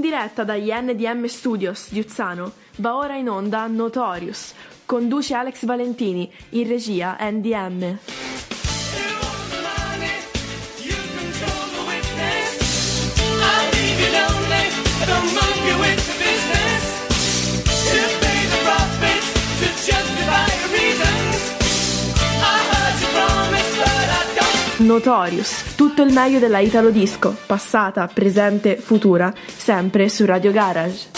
diretta dagli NDM Studios di Uzzano va ora in onda Notorious. Conduce Alex Valentini, in regia NDM. Notorious, tutto il meglio della Italo Disco, passata, presente, futura, sempre su Radio Garage.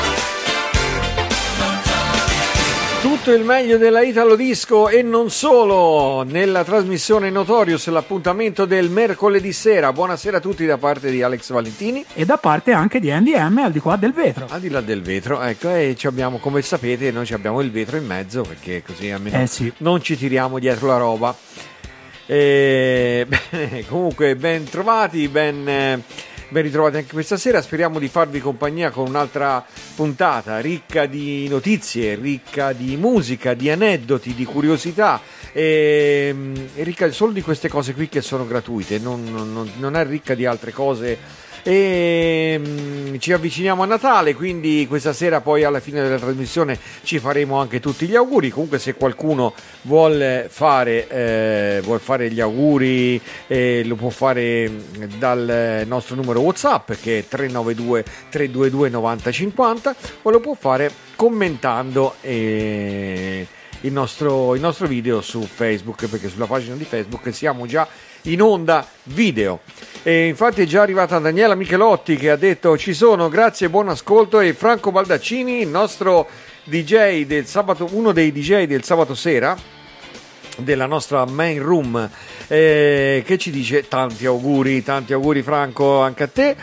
Tutto il meglio della Italo Disco e non solo, nella trasmissione Notorious, l'appuntamento del mercoledì sera. Buonasera a tutti da parte di Alex Valentini. E da parte anche di NDM, al di qua del vetro. Al di là del vetro, ecco, e ci abbiamo, come sapete, noi ci abbiamo il vetro in mezzo, perché così almeno non ci tiriamo dietro la roba. Bene, comunque ben trovati, ben ritrovati anche questa sera. Speriamo di farvi compagnia con un'altra puntata ricca di notizie, ricca di musica, di aneddoti, di curiosità e ricca solo di queste cose qui che sono gratuite, non è ricca di altre cose. E ci avviciniamo a Natale, quindi questa sera poi alla fine della trasmissione ci faremo anche tutti gli auguri. Comunque se qualcuno vuol fare gli auguri lo può fare dal nostro numero WhatsApp, che è 392 322 9050, o lo può fare commentando il nostro video su Facebook, perché sulla pagina di Facebook siamo già in onda video. E infatti è già arrivata Daniela Michelotti che ha detto ci sono, grazie, buon ascolto, e Franco Baldaccini, il nostro DJ del sabato, uno dei DJ del sabato sera della nostra main room, che ci dice tanti auguri Franco, anche a te.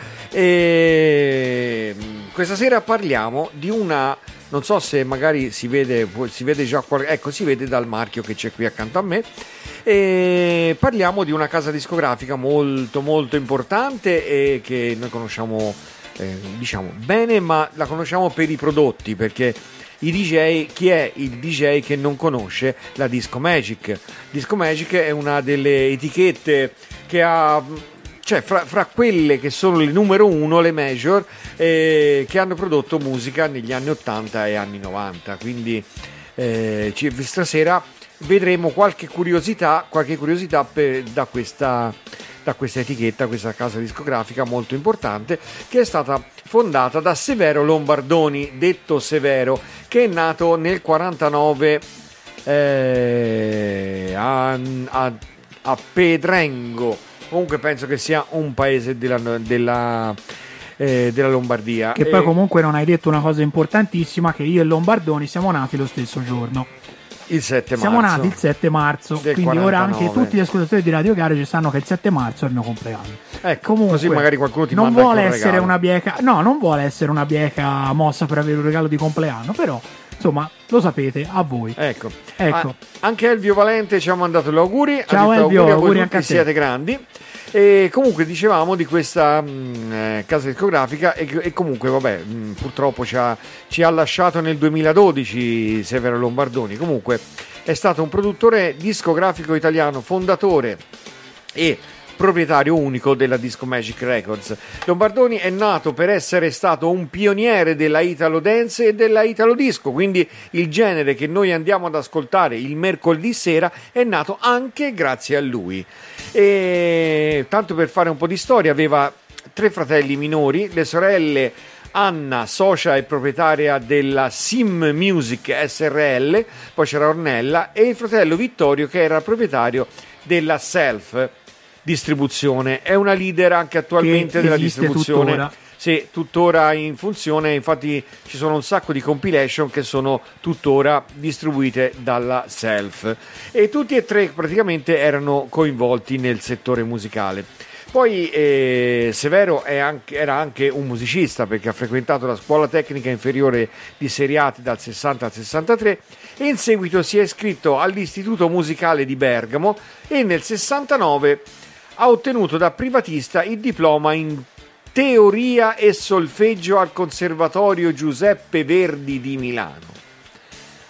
E questa sera parliamo di una, non so se magari si vede già, ecco, si vede dal marchio che c'è qui accanto a me. E parliamo di una casa discografica molto molto importante e che noi conosciamo diciamo bene, ma la conosciamo per i prodotti, perché i DJ, chi è il DJ che non conosce la Disco Magic? Disco Magic è una delle etichette che ha, cioè fra quelle che sono le numero uno, le major, che hanno prodotto musica negli anni 80 e anni 90, quindi stasera vedremo qualche curiosità da questa etichetta, questa casa discografica molto importante, che è stata fondata da Severo Lombardoni, detto Severo, che è nato nel 49 a Pedrengo. Comunque penso che sia un paese della Lombardia. Che poi comunque non hai detto una cosa importantissima, che io e Lombardoni siamo nati lo stesso giorno. Il 7 marzo. Siamo nati il 7 marzo, quindi 49. Ora anche tutti gli ascoltatori di Radio Garage sanno che il 7 marzo è il mio compleanno. Ecco, comunque, così magari qualcuno ti non manda vuole anche un essere regalo. una bieca, no, non vuole essere una bieca mossa per avere un regalo di compleanno, però insomma lo sapete, a voi. Ecco. Anche Elvio Valente ci ha mandato gli auguri. Ciao Elvio, auguri anche a te. Siete grandi. E comunque dicevamo di questa casa discografica e comunque vabbè, purtroppo ci ha lasciato nel 2012 Severo Lombardoni. Comunque è stato un produttore discografico italiano, fondatore e proprietario unico della Disco Magic Records. Lombardoni è nato per essere stato un pioniere della Italo Dance e della Italo Disco, quindi il genere che noi andiamo ad ascoltare il mercoledì sera è nato anche grazie a lui. E tanto per fare un po' di storia, aveva 3 fratelli minori, le sorelle Anna, socia e proprietaria della Sim Music SRL, poi c'era Ornella, e il fratello Vittorio, che era proprietario della Self Distribuzione. È una leader anche attualmente della distribuzione. Tuttora. Sì, tuttora in funzione, infatti ci sono un sacco di compilation che sono tuttora distribuite dalla Self, e tutti e 3 praticamente erano coinvolti nel settore musicale. Poi Severo era anche un musicista, perché ha frequentato la scuola tecnica inferiore di Seriate dal 60 al 63 e in seguito si è iscritto all'Istituto Musicale di Bergamo e nel 69 ha ottenuto da privatista il diploma in teoria e solfeggio al Conservatorio Giuseppe Verdi di Milano.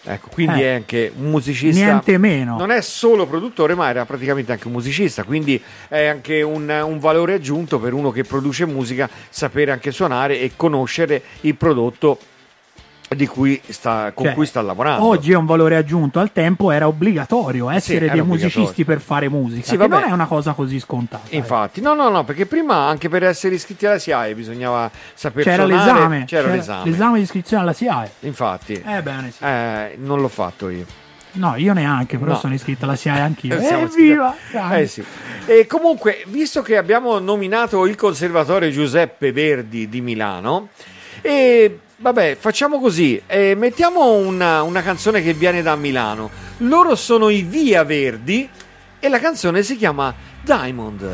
Ecco, quindi è anche un musicista. Niente meno. Non è solo produttore, ma era praticamente anche un musicista, quindi è anche un valore aggiunto per uno che produce musica, sapere anche suonare e conoscere il prodotto con cui sta lavorando. Oggi è un valore aggiunto, al tempo era obbligatorio essere dei musicisti per fare musica, che non è una cosa così scontata. Infatti, no, perché prima anche per essere iscritti alla SIAE bisognava saper suonare. C'era l'esame di iscrizione alla SIAE. Infatti. Bene, sì. Non l'ho fatto io. No, io neanche, però sono iscritto alla SIAE anch'io. Evviva! Sì. E comunque, visto che abbiamo nominato il Conservatorio Giuseppe Verdi di Milano, vabbè, facciamo così, mettiamo una canzone che viene da Milano. Loro sono i Via Verdi e la canzone si chiama Diamond.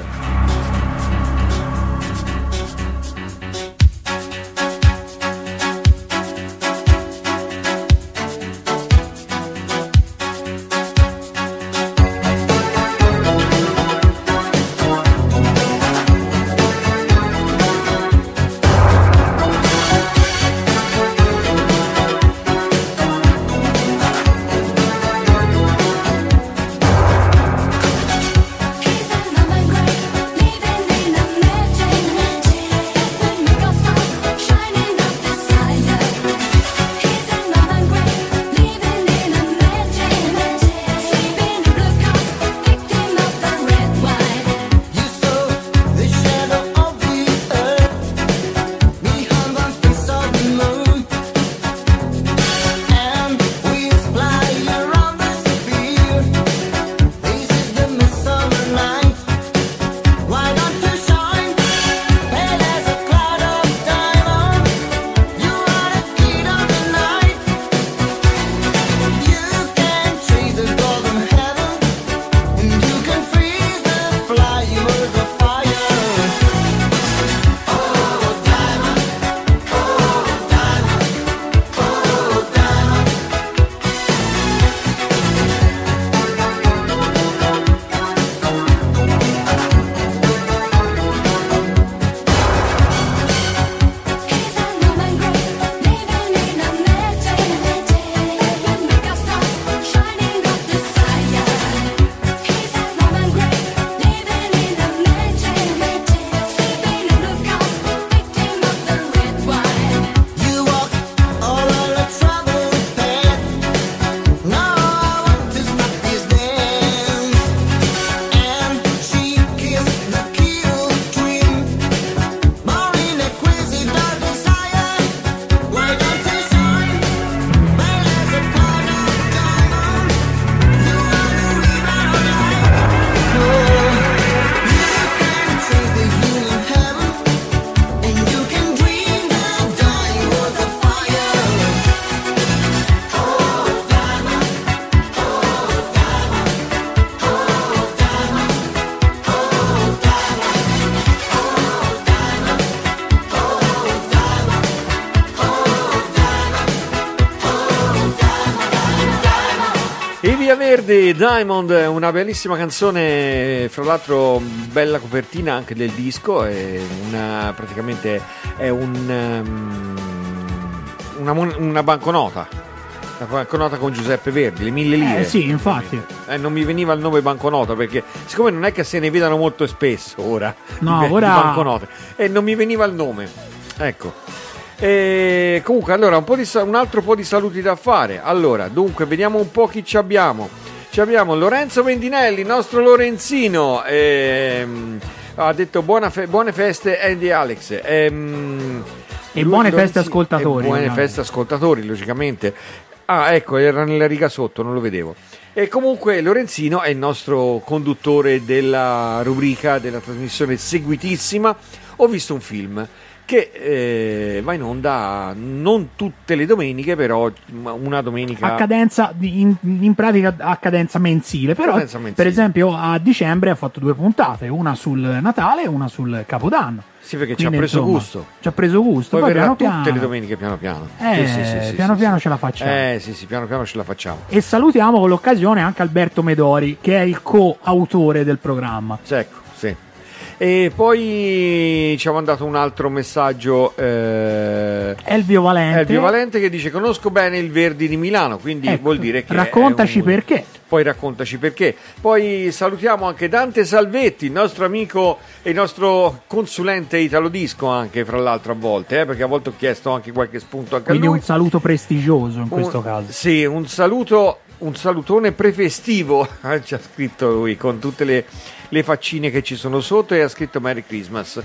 Verde, Diamond, una bellissima canzone, fra l'altro bella copertina anche del disco, è praticamente è una banconota. La banconota con Giuseppe Verdi, le 1000 lire. Sì, infatti. Non mi veniva il nome banconota perché siccome non è che se ne vedano molto spesso ora, no, ora di banconote, e non mi veniva il nome. Ecco. E comunque allora un altro po' di saluti da fare. Allora, dunque, vediamo un po' chi ci abbiamo. Ci abbiamo Lorenzo Vendinelli, il nostro Lorenzino, ha detto buone feste Andy Alex. E buone feste ascoltatori. Buone feste ascoltatori, logicamente. Ah, ecco, era nella riga sotto, non lo vedevo. E comunque Lorenzino è il nostro conduttore della rubrica della trasmissione seguitissima. Ho visto un film che va in onda non tutte le domeniche, però una domenica a cadenza in pratica a cadenza mensile, però per esempio a dicembre ha fatto 2 puntate, una sul Natale e una sul Capodanno. Sì, perché ci ha preso gusto. Poi piano piano tutte le domeniche piano piano. Piano piano ce la facciamo. Sì, piano piano ce la facciamo. E salutiamo con l'occasione anche Alberto Medori, che è il coautore del programma. Ecco, sì. E poi ci ha mandato un altro messaggio Elvio Valente che dice: conosco bene il Verdi di Milano, quindi vuol dire che raccontaci perché. Poi raccontaci perché. Poi salutiamo anche Dante Salvetti, il nostro amico e il nostro consulente Italo Disco, anche fra l'altro a volte, perché a volte ho chiesto anche qualche spunto anche quindi a lui. Un saluto prestigioso in questo caso. Sì, un salutone prefestivo, ci ha scritto lui, con tutte le faccine che ci sono sotto, e ha scritto Merry Christmas.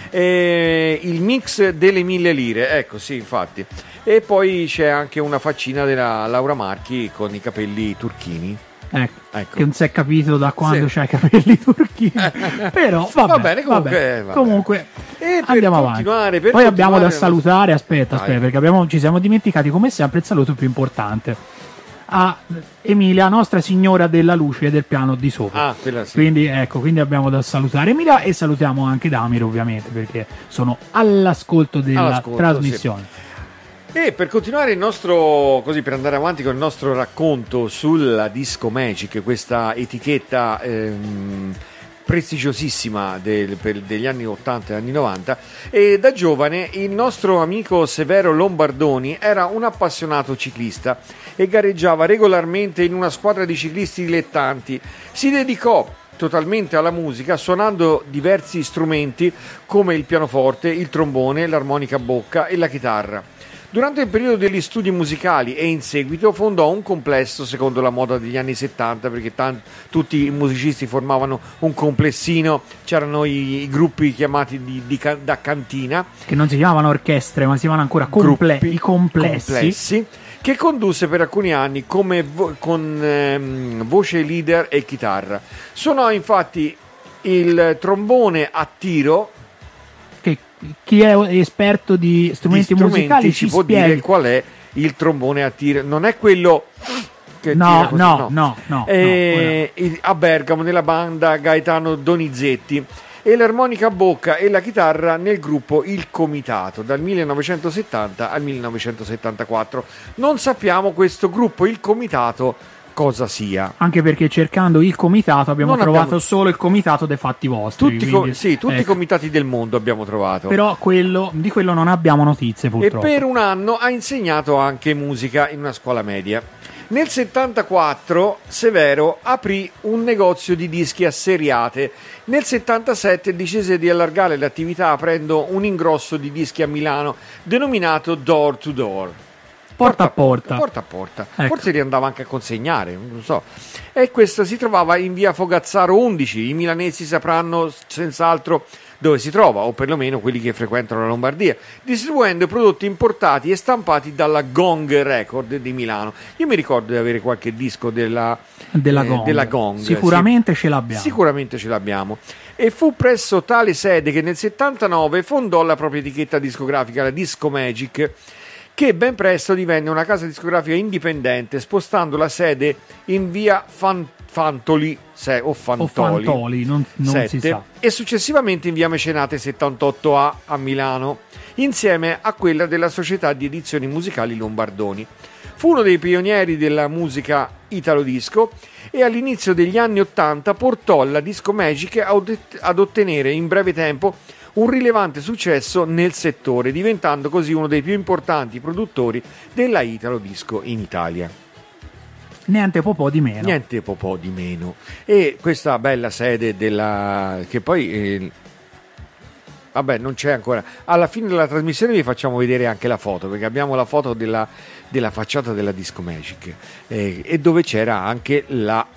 Il mix delle 1000 lire, ecco, sì, infatti. E poi c'è anche una faccina della Laura Marchi con i capelli turchini. Ecco. Che non si è capito da quando c'ha i capelli turchini. Però va bene, comunque andiamo avanti. Poi abbiamo da salutare, aspetta, perché ci siamo dimenticati come sempre il saluto più importante a Emilia, Nostra Signora della Luce del piano di sopra. Quella sì. Quindi abbiamo da salutare Emilia, e salutiamo anche Damiro, ovviamente, perché sono all'ascolto della trasmissione. Sì. E per continuare il nostro, così per andare avanti con il nostro racconto sulla Disco Magic, questa etichetta prestigiosissima degli anni 80 e anni 90, e da giovane il nostro amico Severo Lombardoni era un appassionato ciclista e gareggiava regolarmente in una squadra di ciclisti dilettanti. Si dedicò totalmente alla musica, suonando diversi strumenti come il pianoforte, il trombone, l'armonica a bocca e la chitarra. Durante il periodo degli studi musicali e in seguito fondò un complesso secondo la moda degli anni 70, perché tutti i musicisti formavano un complessino, c'erano i gruppi chiamati da cantina, che non si chiamavano orchestre ma si chiamavano ancora i complessi, che condusse per alcuni anni con voce leader e chitarra. Suonò infatti il trombone a tiro. Chi è esperto di strumenti musicali ci può dire qual è il trombone a tiro. Non è quello che no. A Bergamo nella banda Gaetano Donizetti, e l'armonica a bocca e la chitarra nel gruppo Il Comitato dal 1970 al 1974. Non sappiamo questo gruppo Il Comitato cosa sia, anche perché cercando il comitato abbiamo trovato solo il comitato dei fatti vostri, tutti i comitati del mondo abbiamo trovato, però di quello non abbiamo notizie, purtroppo. E per un anno ha insegnato anche musica in una scuola media. Nel 74 Severo aprì un negozio di dischi a seriate. Nel 77 decise di allargare l'attività aprendo un ingrosso di dischi a Milano denominato Door to Door. Porta a porta. Ecco. Forse li andava anche a consegnare, non so. E questo si trovava in via Fogazzaro 11. I milanesi sapranno senz'altro dove si trova, o perlomeno quelli che frequentano la Lombardia, distribuendo prodotti importati e stampati dalla Gong Record di Milano. Io mi ricordo di avere qualche disco della Gong. Sicuramente sì. ce l'abbiamo. E fu presso tale sede che nel 79 fondò la propria etichetta discografica, la Disco Magic, che ben presto divenne una casa discografica indipendente, spostando la sede in via Fantoli non 7, si sa, e successivamente in via Mecenate 78A a Milano, insieme a quella della Società di Edizioni Musicali Lombardoni. Fu uno dei pionieri della musica italo disco e all'inizio degli anni 80 portò la Disco Magic ad ottenere in breve tempo un rilevante successo nel settore, diventando così uno dei più importanti produttori della italo disco in Italia. Niente po' di meno. E questa bella sede che poi vabbè, non c'è ancora. Alla fine della trasmissione vi facciamo vedere anche la foto, perché abbiamo la foto della facciata della Disco Magic, e dove c'era anche la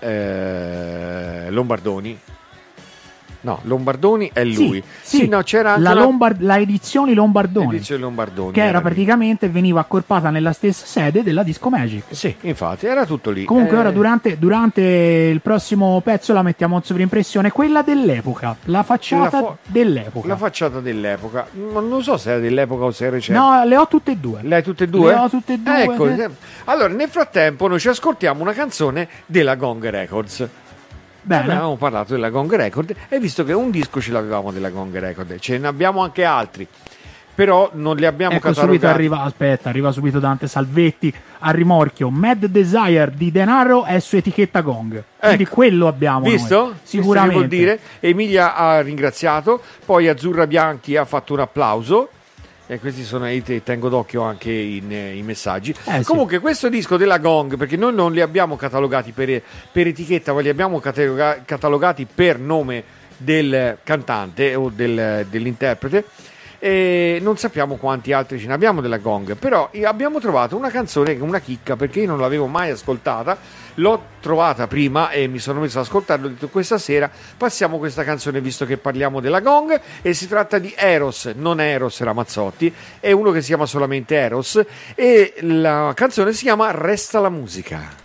Lombardoni. No, Lombardoni è lui. Sì, no, c'era anche la edizione Lombardoni, che era praticamente veniva accorpata nella stessa sede della Disco Magic. Sì, infatti, era tutto lì. Comunque ora durante il prossimo pezzo la mettiamo in sovrimpressione, quella dell'epoca, la facciata dell'epoca. La facciata dell'epoca. Non so se era dell'epoca o se era recente. No, le ho tutte e due. Le hai tutte e due? Le ho tutte e due. Ecco, allora nel frattempo noi ci ascoltiamo una canzone della Gong Records. Bene. Avevamo parlato della Gong Record, e visto che un disco ce l'avevamo della Gong Record, ce ne abbiamo anche altri, però non li abbiamo catalogati. Arriva subito Dante Salvetti a rimorchio. Mad Desire di Denaro è su etichetta Gong, quindi quello abbiamo visto? Noi. Sicuramente vuol dire. Emilia ha ringraziato, poi Azzurra Bianchi ha fatto un applauso. E questi sono, tengo d'occhio anche i messaggi. Comunque questo disco della Gong, perché noi non li abbiamo catalogati per etichetta, ma li abbiamo catalogati per nome del cantante o dell'interprete, e non sappiamo quanti altri ce ne abbiamo della Gong, però abbiamo trovato una canzone, una chicca, perché io non l'avevo mai ascoltata, l'ho trovata prima e mi sono messo ad ascoltarla. Ho detto questa sera passiamo questa canzone visto che parliamo della Gong, e si tratta di Eros, non Eros Ramazzotti, è uno che si chiama solamente Eros, e la canzone si chiama Resta la musica.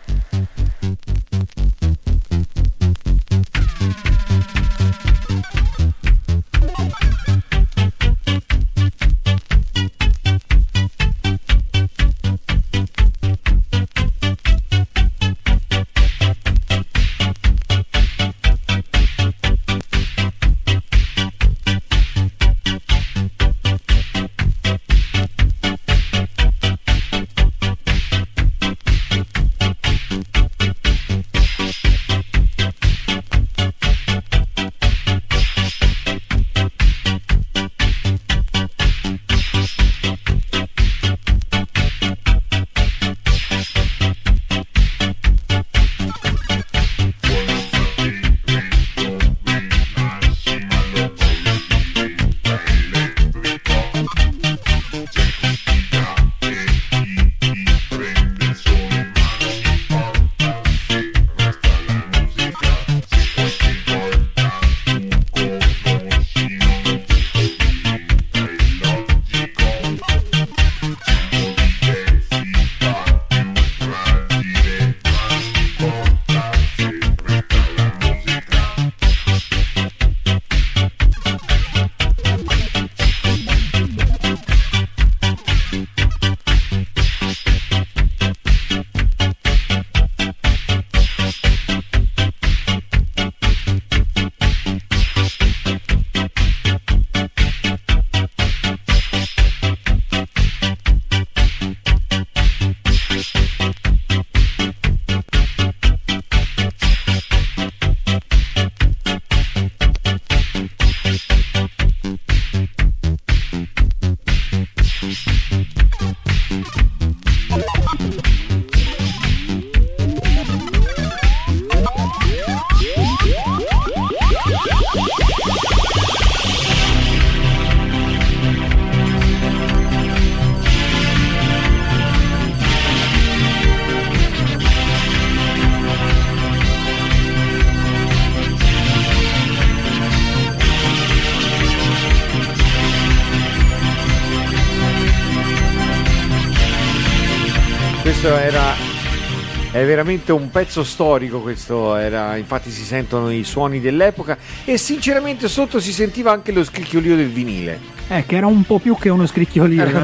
È veramente un pezzo storico questo, infatti si sentono i suoni dell'epoca e sinceramente sotto si sentiva anche lo scricchiolio del vinile. Che era un po' più che uno scricchiolio, era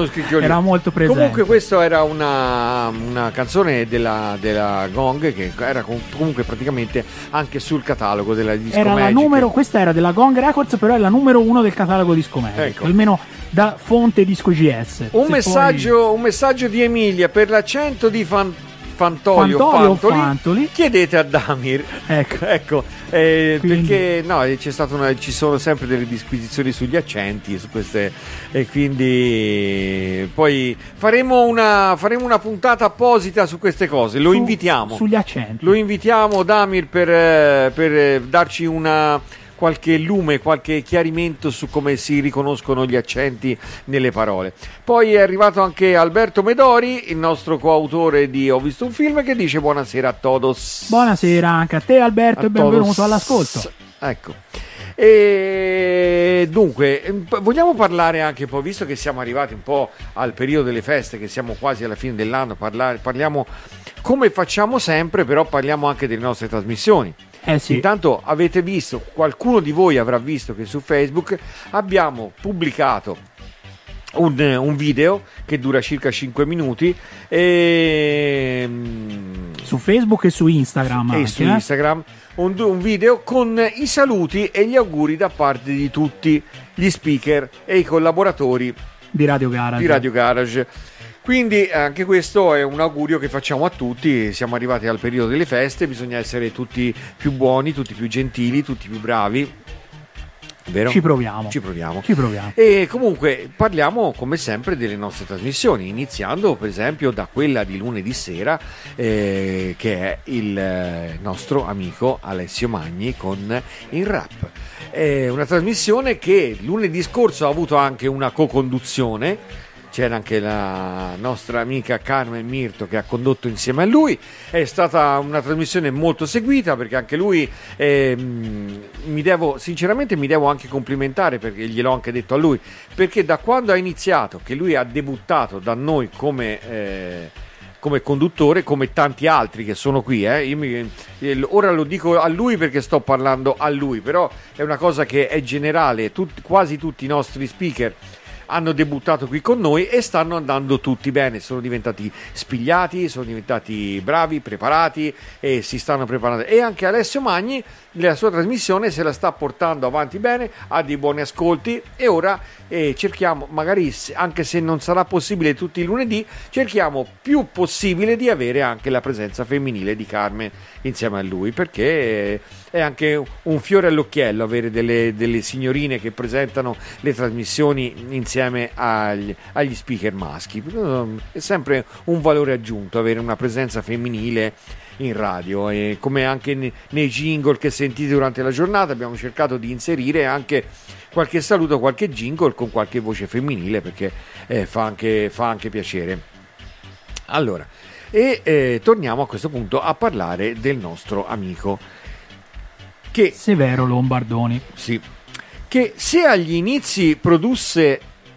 molto presente. Comunque questo era una canzone della Gong che era comunque praticamente anche sul catalogo della Disco Magic. Questa era della Gong Records, però è la numero 1 del catalogo Disco Magic, ecco. Almeno da fonte Disco GS. Un messaggio di Emilia per l'accento di Fantoli o Fantoli, chiedete a Damir. Ecco. Perché no, ci sono sempre delle disquisizioni sugli accenti su queste, e quindi poi faremo una puntata apposita su queste cose. Invitiamo sugli accenti. Lo invitiamo Damir per darci qualche lume, qualche chiarimento su come si riconoscono gli accenti nelle parole. Poi è arrivato anche Alberto Medori, il nostro coautore di Ho visto un film, che dice buonasera a todos. Buonasera anche a te Alberto, e benvenuto all'ascolto. Ecco. E dunque vogliamo parlare anche poi, visto che siamo arrivati un po' al periodo delle feste, che siamo quasi alla fine dell'anno, parliamo come facciamo sempre, però parliamo anche delle nostre trasmissioni. Sì. Intanto avete visto, qualcuno di voi avrà visto che su Facebook abbiamo pubblicato un video che dura circa 5 minuti su Facebook e su Instagram. Instagram un video con i saluti e gli auguri da parte di tutti gli speaker e i collaboratori di Radio Garage. Quindi anche questo è un augurio che facciamo a tutti. Siamo arrivati al periodo delle feste, bisogna essere tutti più buoni, tutti più gentili, tutti più bravi. Vero? Ci proviamo. E comunque parliamo come sempre delle nostre trasmissioni, iniziando per esempio da quella di lunedì sera, che è il nostro amico Alessio Magni con il rap. È una trasmissione che lunedì scorso ha avuto anche una co-conduzione. C'era anche la nostra amica Carmen Mirto che ha condotto insieme a lui. È stata una trasmissione molto seguita, perché anche lui sinceramente mi devo anche complimentare, perché gliel'ho anche detto a lui, perché da quando ha iniziato, che lui ha debuttato da noi come conduttore, come tanti altri che sono qui, ora lo dico a lui perché sto parlando a lui, però è una cosa che è generale, quasi tutti i nostri speaker hanno debuttato qui con noi e stanno andando tutti bene, sono diventati spigliati, sono diventati bravi, preparati e si stanno preparando. E anche Alessio Magni la sua trasmissione se la sta portando avanti bene, ha dei buoni ascolti, e ora cerchiamo, magari anche se non sarà possibile tutti i lunedì, cerchiamo più possibile di avere anche la presenza femminile di Carmen insieme a lui, perché è anche un fiore all'occhiello avere delle signorine che presentano le trasmissioni insieme agli speaker maschi. È sempre un valore aggiunto avere una presenza femminile in radio, e come anche nei jingle che sentite durante la giornata abbiamo cercato di inserire anche qualche saluto, qualche jingle con qualche voce femminile, perché fa anche piacere. Allora, torniamo a questo punto a parlare del nostro amico Severo Lombardoni. Sì, che se agli inizi produsse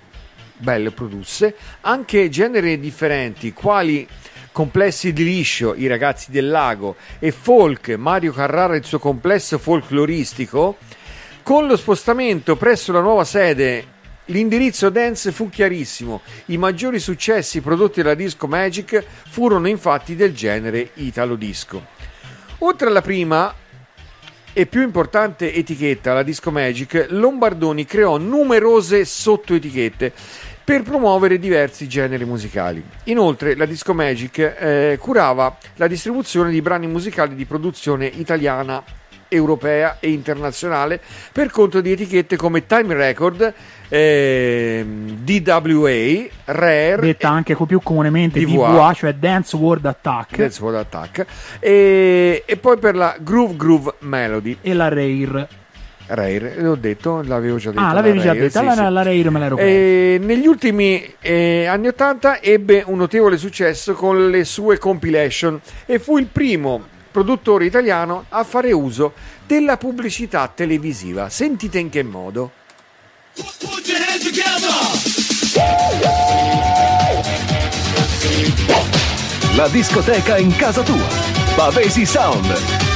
anche generi differenti quali Complessi di Liscio, I Ragazzi del Lago, e folk, Mario Carrara e il suo complesso folcloristico, con lo spostamento presso la nuova sede l'indirizzo dance fu chiarissimo. I maggiori successi prodotti dalla Disco Magic furono infatti del genere Italo Disco. Oltre alla prima e più importante etichetta, la Disco Magic, Lombardoni creò numerose sottoetichette per promuovere diversi generi musicali. Inoltre la Disco Magic curava la distribuzione di brani musicali di produzione italiana, europea e internazionale per conto di etichette come Time Record, DWA, Rare, detta anche più comunemente DWA, cioè Dance World Attack, e poi per la Groove Melody e la Rare, l'ho detto, l'avevo già detto. L'avevi già detto, sì. La Rare me l'ero presa. Negli ultimi anni 80 ebbe un notevole successo con le sue compilation e fu il primo produttore italiano a fare uso della pubblicità televisiva. Sentite in che modo. La discoteca in casa tua. Pavesi Sound.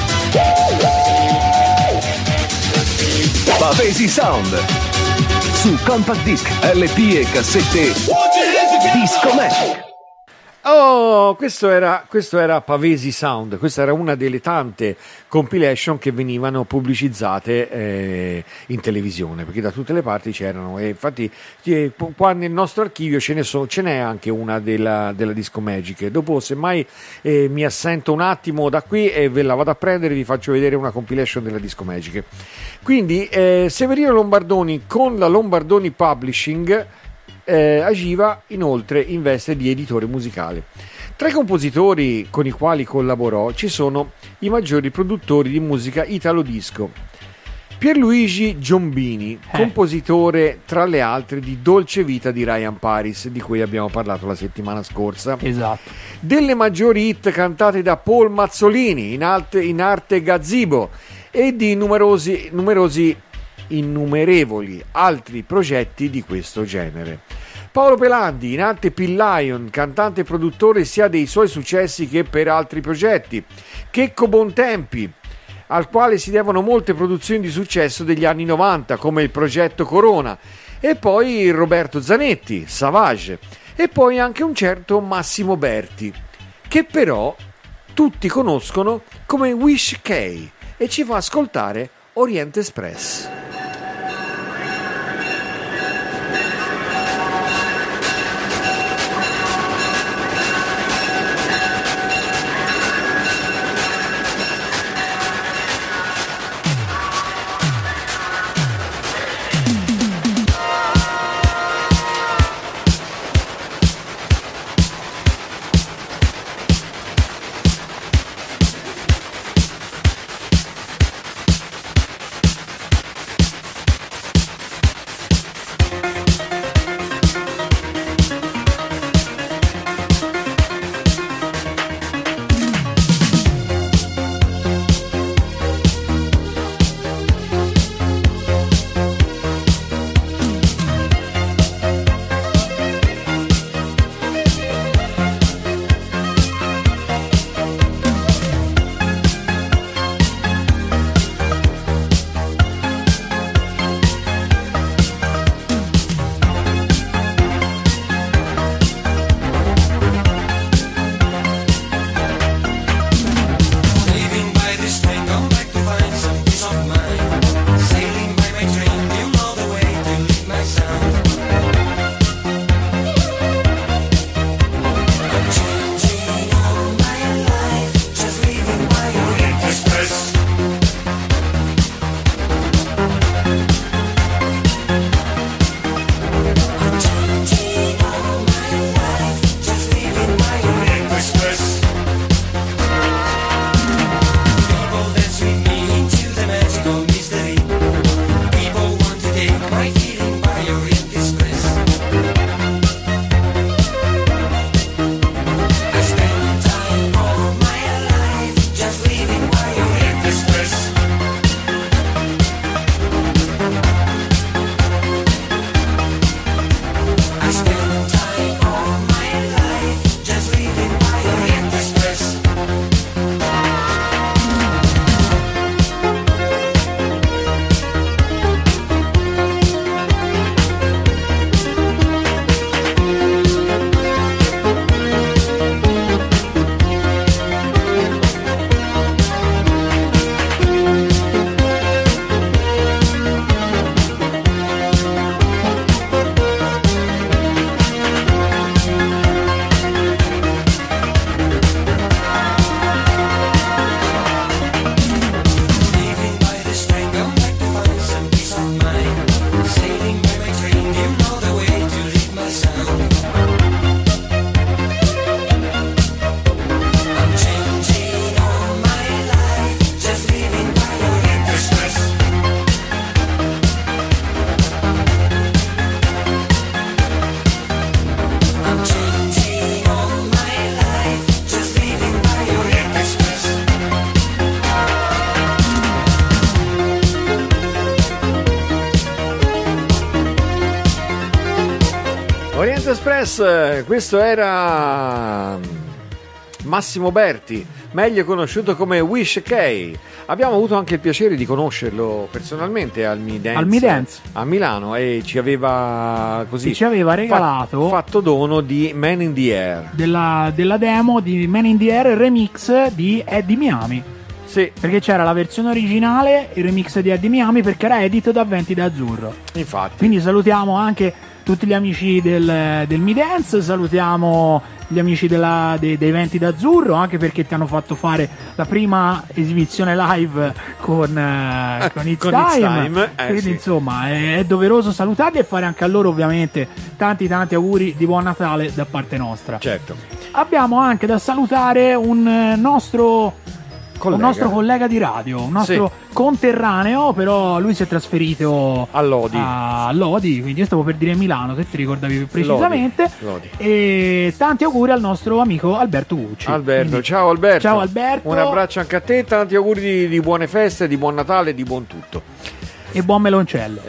Pavesi Sound. Su compact disc, LP e cassette Disco Magic. Oh, questo era Pavesi Sound. Questa era una delle tante compilation che venivano pubblicizzate in televisione, perché da tutte le parti c'erano, e infatti qua nel nostro archivio ce n'è anche una della Disco Magic. Dopo, semmai mi assento un attimo da qui e ve la vado a prendere, vi faccio vedere una compilation della Disco Magic. Quindi Severino Lombardoni con la Lombardoni Publishing agiva inoltre in veste di editore musicale. Tra i compositori con i quali collaborò ci sono i maggiori produttori di musica italo disco: Pierluigi Giombini, compositore tra le altre di Dolce Vita di Ryan Paris, di cui abbiamo parlato la settimana scorsa. Esatto. Delle maggiori hit cantate da Paul Mazzolini, in arte Gazzibo, e di innumerevoli altri progetti di questo genere. Paolo Pelandi, in arte Pill-Lion, cantante e produttore sia dei suoi successi che per altri progetti. Checco Bontempi, al quale si devono molte produzioni di successo degli anni 90, come il progetto Corona, e poi Roberto Zanetti, Savage, e poi anche un certo Massimo Berti, che però tutti conoscono come Wish K e ci fa ascoltare Orient Express. Express, questo era Massimo Berti, meglio conosciuto come Wish K. Abbiamo avuto anche il piacere di conoscerlo personalmente al Mi Dance a Milano e ci aveva così ci aveva regalato fatto dono di Man in the Air, della demo di Man in the Air, remix di Eddie Miami. Sì, perché c'era la versione originale, il remix di Eddie Miami, perché era edito da Venti d'Azzurro. Infatti. Quindi salutiamo anche tutti gli amici del Mi Dance, salutiamo gli amici dei Venti d'Azzurro, anche perché ti hanno fatto fare la prima esibizione live con It's Time. Quindi sì, insomma è doveroso salutarli e fare anche a loro ovviamente tanti auguri di buon Natale da parte nostra. Certo. Abbiamo anche da salutare un nostro collega di radio, un nostro conterraneo, però lui si è trasferito a Lodi, quindi io stavo per dire Milano, se ti ricordavi più precisamente. Lodi. E tanti auguri al nostro amico Alberto Gucci. Quindi, ciao Alberto. Ciao Alberto. Un abbraccio anche a te, tanti auguri di buone feste, di buon Natale, di buon tutto. E buon meloncello.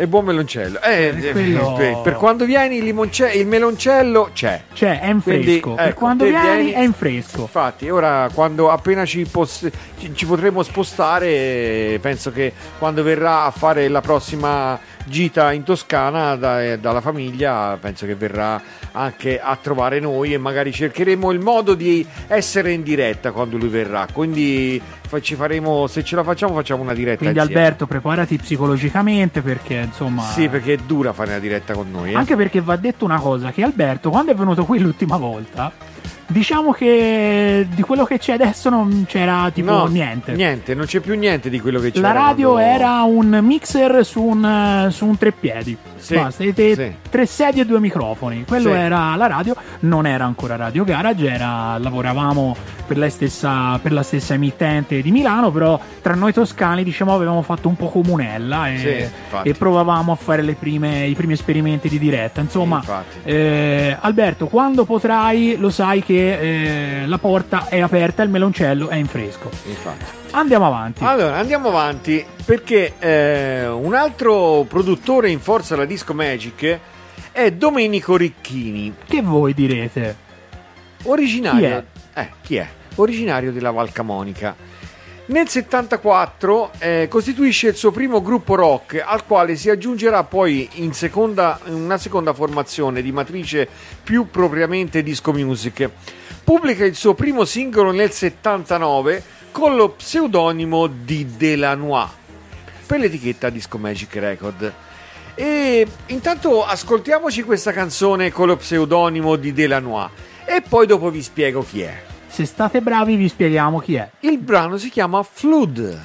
Per quando vieni il meloncello c'è, è in fresco. Quindi, per quando vieni è in fresco. Infatti, ora quando appena ci potremo spostare, penso che quando verrà a fare la prossima gita in Toscana dalla famiglia, penso che verrà anche a trovare noi e magari cercheremo il modo di essere in diretta quando lui verrà, quindi ci faremo, se ce la facciamo una diretta quindi insieme. Alberto, preparati psicologicamente, perché insomma sì, perché è dura fare una diretta con noi, anche perché va detto una cosa, che Alberto quando è venuto qui l'ultima volta, diciamo che di quello che c'è adesso non c'era niente, non c'è più niente di quello che c'era. La radio era un mixer su un treppiedi, basta, tre sedie e 2 microfoni, quello era la radio, non era ancora Radio Garage, lavoravamo per la stessa emittente di Milano, però tra noi toscani diciamo avevamo fatto un po' comunella e provavamo a fare i primi esperimenti di diretta, insomma. Alberto, quando potrai lo sai che la porta è aperta, il meloncello è in fresco. Infatti. Andiamo avanti perché un altro produttore in forza alla Disco Magic è Domenico Ricchini, che voi direte originario chi è? Originario della Val Camonica. Nel 74 costituisce il suo primo gruppo rock, al quale si aggiungerà poi in una seconda formazione di matrice più propriamente disco music. Pubblica il suo primo singolo nel 79 con lo pseudonimo di Delanois per l'etichetta Disco Magic Record. E intanto ascoltiamoci questa canzone con lo pseudonimo di Delanois e poi dopo vi spiego chi è. Se state bravi vi spieghiamo chi è. Il brano si chiama Flood.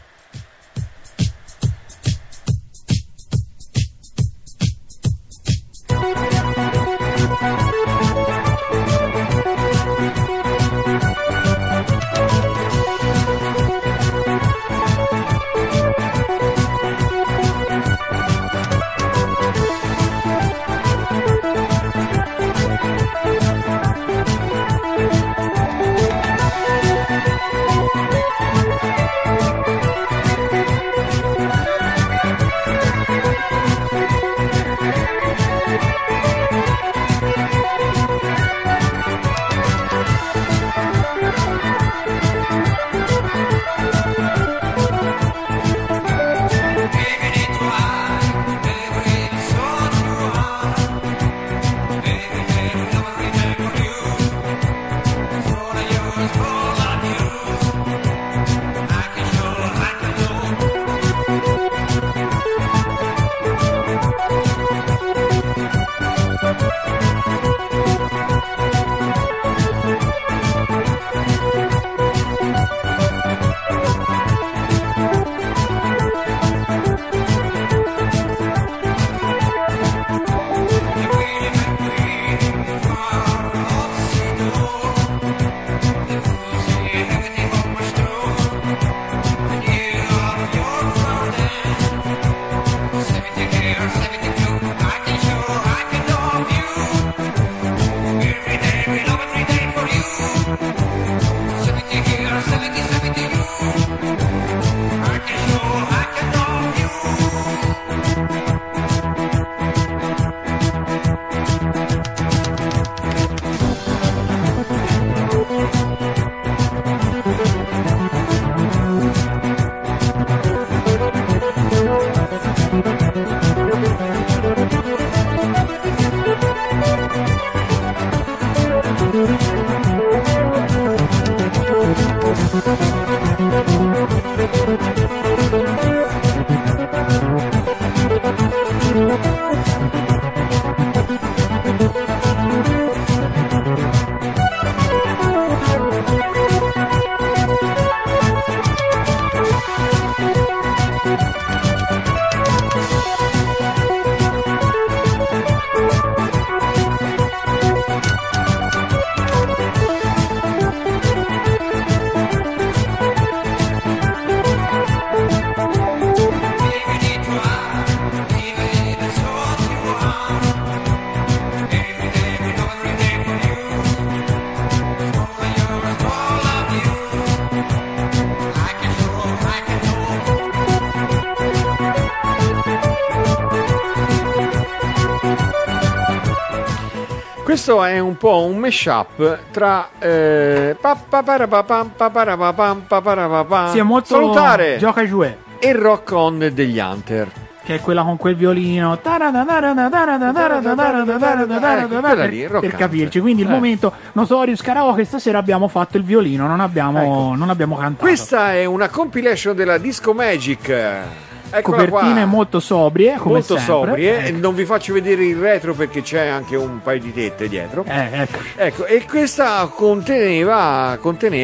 Questo è un po' un mashup tra sì, è molto Salutare Gioca Jouet e Rock On degli Hunter. che è quella con quel violino per capirci. Quindi il momento Notorious Karaoke, stasera abbiamo fatto il violino, non abbiamo cantato. Questa è una compilation della Disco Magic. Eccola copertine qua. Molto sobrie, come molto sempre. Sobrie. Non vi faccio vedere il retro perché c'è anche un paio di tette dietro. Ecco, e questa conteneva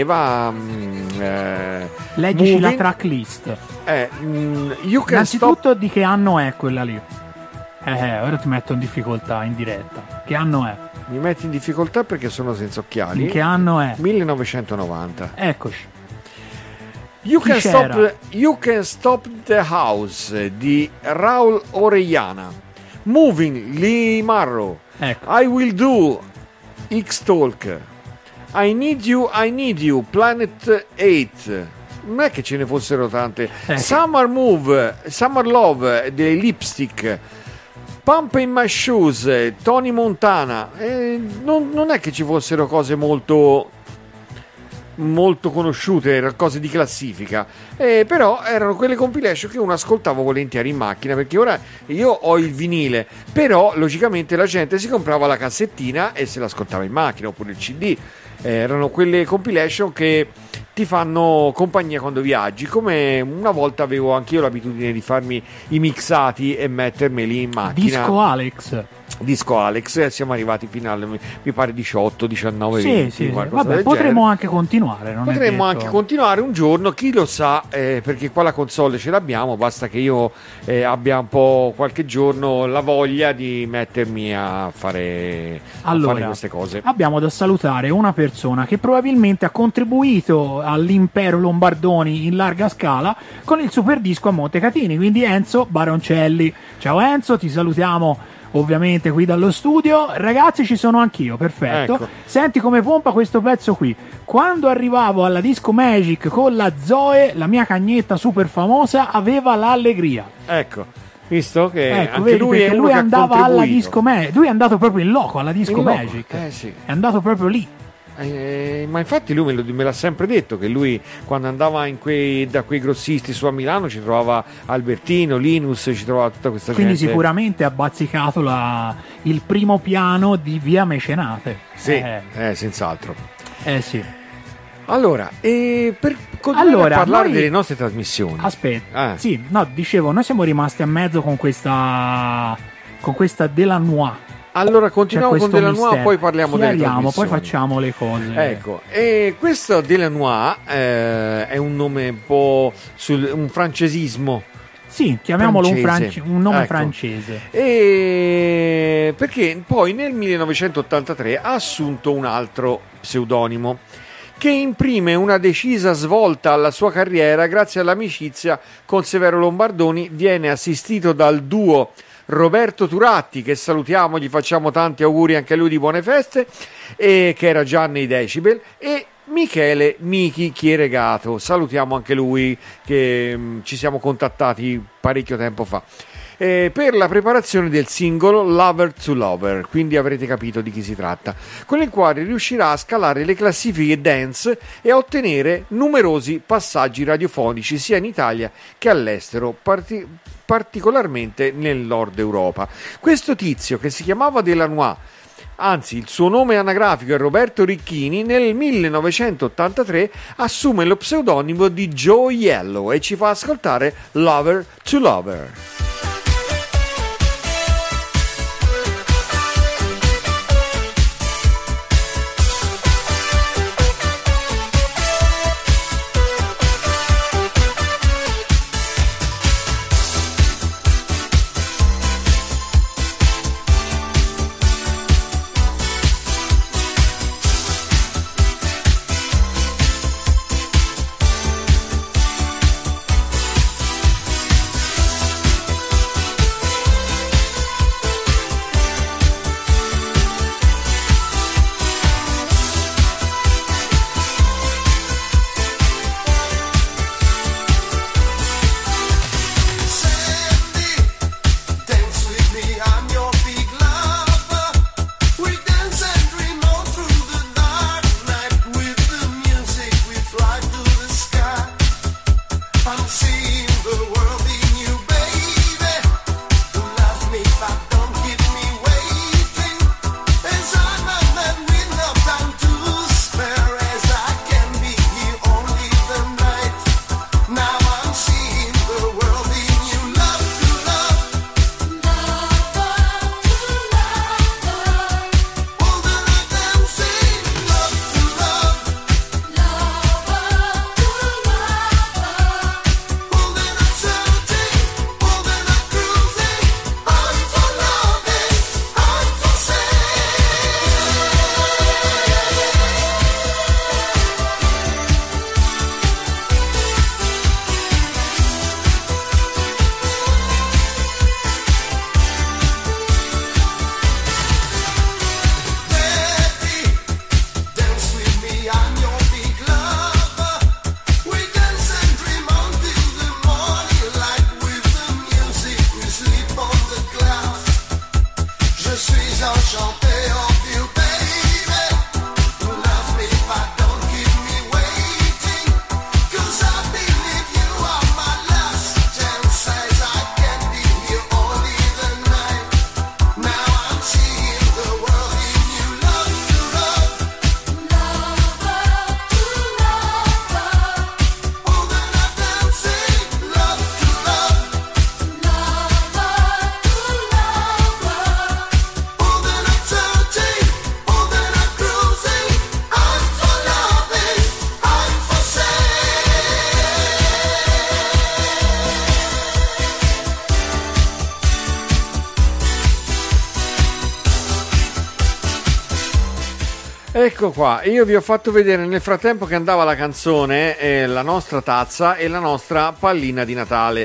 leggici la tracklist. Innanzitutto di che anno è quella lì? Ora ti metto in difficoltà in diretta. Che anno è? Mi metti in difficoltà perché sono senza occhiali. In che anno è? 1990. Eccoci. You Can Stop the House di Raul Orellana. Moving, Lee Marrow. Ecco. I Will Do, X-Talk. I Need You, Planet 8. Non è che ce ne fossero tante. Summer Love dei Lipstick. Pump in My Shoes, Tony Montana. Non è che ci fossero cose molto conosciute, cose di classifica, però erano quelle compilation che uno ascoltava volentieri in macchina, perché ora io ho il vinile, però logicamente la gente si comprava la cassettina e se l'ascoltava in macchina, oppure il CD. Erano quelle compilation che ti fanno compagnia quando viaggi, come una volta avevo anch'io l'abitudine di farmi i mixati e mettermeli in macchina. Disco Alex, siamo arrivati fino al, mi pare 18, 19, 20. Sì. Vabbè, potremmo anche continuare. Potremmo anche continuare un giorno, chi lo sa, perché qua la console ce l'abbiamo, basta che io abbia un po' qualche giorno la voglia di mettermi a fare queste cose. Abbiamo da salutare una persona che probabilmente ha contribuito all'impero Lombardoni in larga scala con il super disco a Montecatini, quindi Enzo Baroncelli. Ciao Enzo, ti salutiamo ovviamente qui dallo studio. Ragazzi, ci sono anch'io, perfetto. Ecco. Senti come pompa questo pezzo qui. Quando arrivavo alla Disco Magic con la Zoe, la mia cagnetta super famosa, aveva l'allegria. Ecco, visto che anche vedi, lui è uno che andava alla Disco Magic. Lui è andato proprio in loco alla Disco Magic. Sì. È andato proprio lì. Ma infatti lui me l'ha sempre detto che lui quando andava da quei grossisti su a Milano ci trovava Albertino, Linus, ci trovava tutta questa gente. Quindi sicuramente ha bazzicato il primo piano di Via Mecenate. Sì, senz'altro. Sì. Allora, per continuare a parlare delle nostre trasmissioni. Aspetta, sì, no, dicevo, noi siamo rimasti a mezzo con questa Delanois. Allora continuiamo con Delanois, poi parliamo delle trasmissioni. Poi facciamo le cose. Ecco, e questo Delanois è un nome un po' un francesismo. Sì, chiamiamolo un nome francese. E perché poi nel 1983 ha assunto un altro pseudonimo che imprime una decisa svolta alla sua carriera grazie all'amicizia con Severo Lombardoni. Viene assistito dal duo Roberto Turatti, che salutiamo, gli facciamo tanti auguri anche a lui di buone feste, e che era già nei Decibel, e Michele Michi Chieregato, salutiamo anche lui, che ci siamo contattati parecchio tempo fa, per la preparazione del singolo Lover to Lover, quindi avrete capito di chi si tratta, con il quale riuscirà a scalare le classifiche dance e a ottenere numerosi passaggi radiofonici sia in Italia che all'estero, particolarmente nel nord Europa. Questo tizio, che si chiamava Delanois, anzi il suo nome anagrafico è Roberto Ricchini, nel 1983 assume lo pseudonimo di Joe Yellow e ci fa ascoltare Lover to Lover. Ecco qua, io vi ho fatto vedere nel frattempo che andava la canzone la nostra tazza e la nostra pallina di Natale.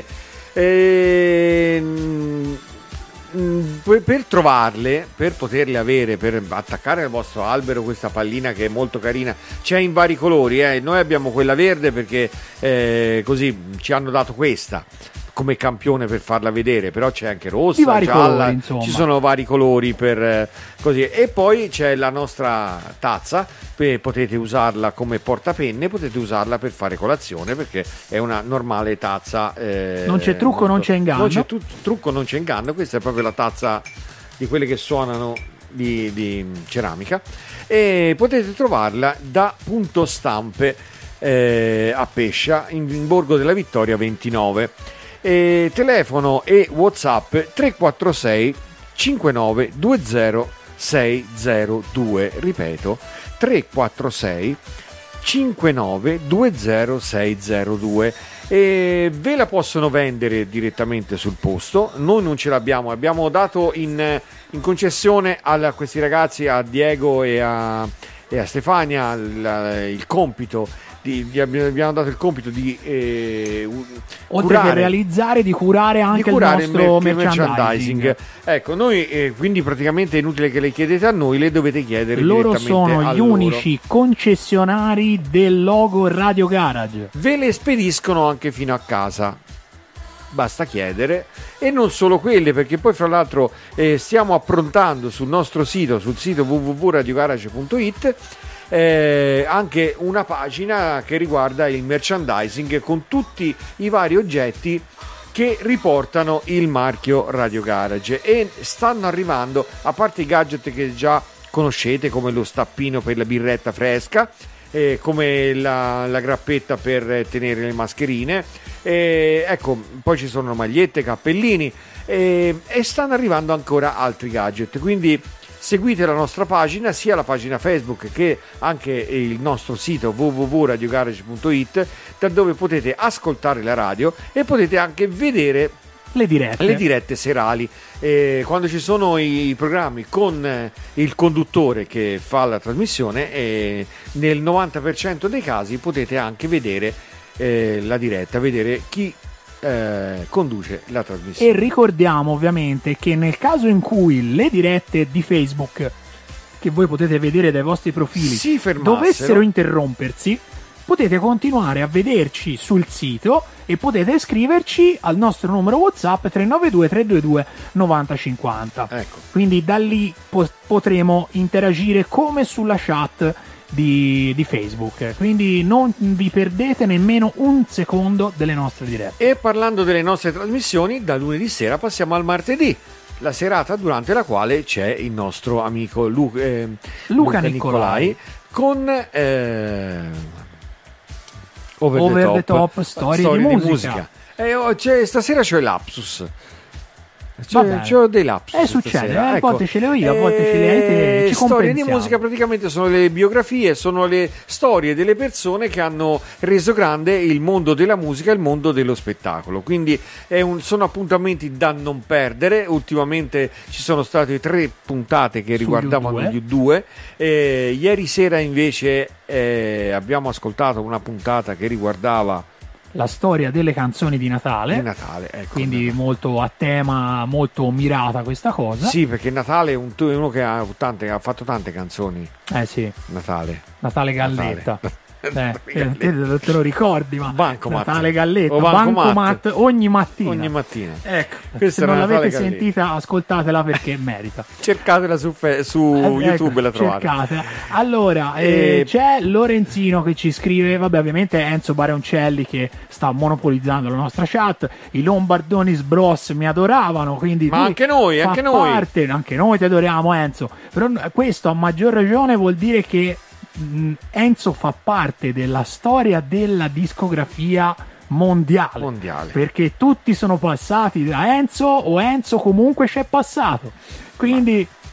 Per trovarle, per poterle avere, per attaccare al vostro albero questa pallina che è molto carina, c'è in vari colori, noi abbiamo quella verde perché così ci hanno dato questa come campione per farla vedere, però c'è anche rossa, gialla, colori, ci sono vari colori per così. E poi c'è la nostra tazza, potete usarla come portapenne, potete usarla per fare colazione perché è una normale tazza, non c'è trucco, non c'è inganno, non c'è trucco, non c'è inganno. Questa è proprio la tazza di quelle che suonano di ceramica, e potete trovarla da Punto Stampe a Pescia in Borgo della Vittoria 29. Telefono e WhatsApp 346 5920 602, ripeto 346 5920 602, e ve la possono vendere direttamente sul posto. Noi non ce l'abbiamo, abbiamo dato in concessione a questi ragazzi, a Diego e a Stefania, il compito abbiamo dato il compito di oltre che realizzare, di curare anche il nostro merchandising. Ecco, noi quindi praticamente è inutile che le chiedete a noi, le dovete chiedere loro direttamente sono gli unici concessionari del logo Radio Garage, ve le spediscono anche fino a casa, basta chiedere. E non solo quelle, perché poi fra l'altro stiamo approntando sul nostro sito, sul sito www.radiogarage.it, anche una pagina che riguarda il merchandising con tutti i vari oggetti che riportano il marchio Radio Garage, e stanno arrivando, a parte i gadget che già conoscete come lo stappino per la birretta fresca, come la grappetta per tenere le mascherine, ecco, poi ci sono magliette, cappellini, e stanno arrivando ancora altri gadget, quindi seguite la nostra pagina, sia la pagina Facebook che anche il nostro sito www.radiogarage.it, da dove potete ascoltare la radio e potete anche vedere le dirette serali, quando ci sono i programmi con il conduttore che fa la trasmissione, e nel 90% dei casi potete anche vedere la diretta, vedere chi conduce la trasmissione. E ricordiamo ovviamente che nel caso in cui le dirette di Facebook, che voi potete vedere dai vostri profili, dovessero interrompersi, potete continuare a vederci sul sito e potete scriverci al nostro numero WhatsApp 392 322 9050. Ecco. Quindi da lì potremo interagire come sulla chat di Facebook, quindi non vi perdete nemmeno un secondo delle nostre dirette. E parlando delle nostre trasmissioni, da lunedì sera passiamo al martedì, la serata durante la quale c'è il nostro amico Luca Nicolai con Over the Top, storie di musica. Stasera c'è lapsus. C'ho dei lapsus. Succede, a volte ce le ho io, a volte ce le hai te. Storie di musica praticamente sono le biografie, sono le storie delle persone che hanno reso grande il mondo della musica e il mondo dello spettacolo. Quindi sono appuntamenti da non perdere. Ultimamente ci sono state 3 puntate che riguardavano gli U2. Ieri sera invece abbiamo ascoltato una puntata che riguardava la storia delle canzoni di Natale. Ecco, quindi molto a tema, molto mirata questa cosa. Sì, perché Natale è uno che ha fatto tante canzoni. Sì. Natale Galletta. Te lo ricordi, ma Bancomat. Natale Galletta, Bancomat ogni mattina. Ecco, se non l'avete sentita, ascoltatela perché merita. Cercatela su YouTube, la trovate. Cercatela. Allora, c'è Lorenzino che ci scrive, vabbè, ovviamente Enzo Baroncelli che sta monopolizzando la nostra chat. I Lombardonis Bros mi adoravano, quindi ma anche noi, anche noi ti adoriamo, Enzo. Però questo a maggior ragione vuol dire che Enzo fa parte della storia della discografia mondiale, perché tutti sono passati da Enzo, o Enzo comunque c'è passato, quindi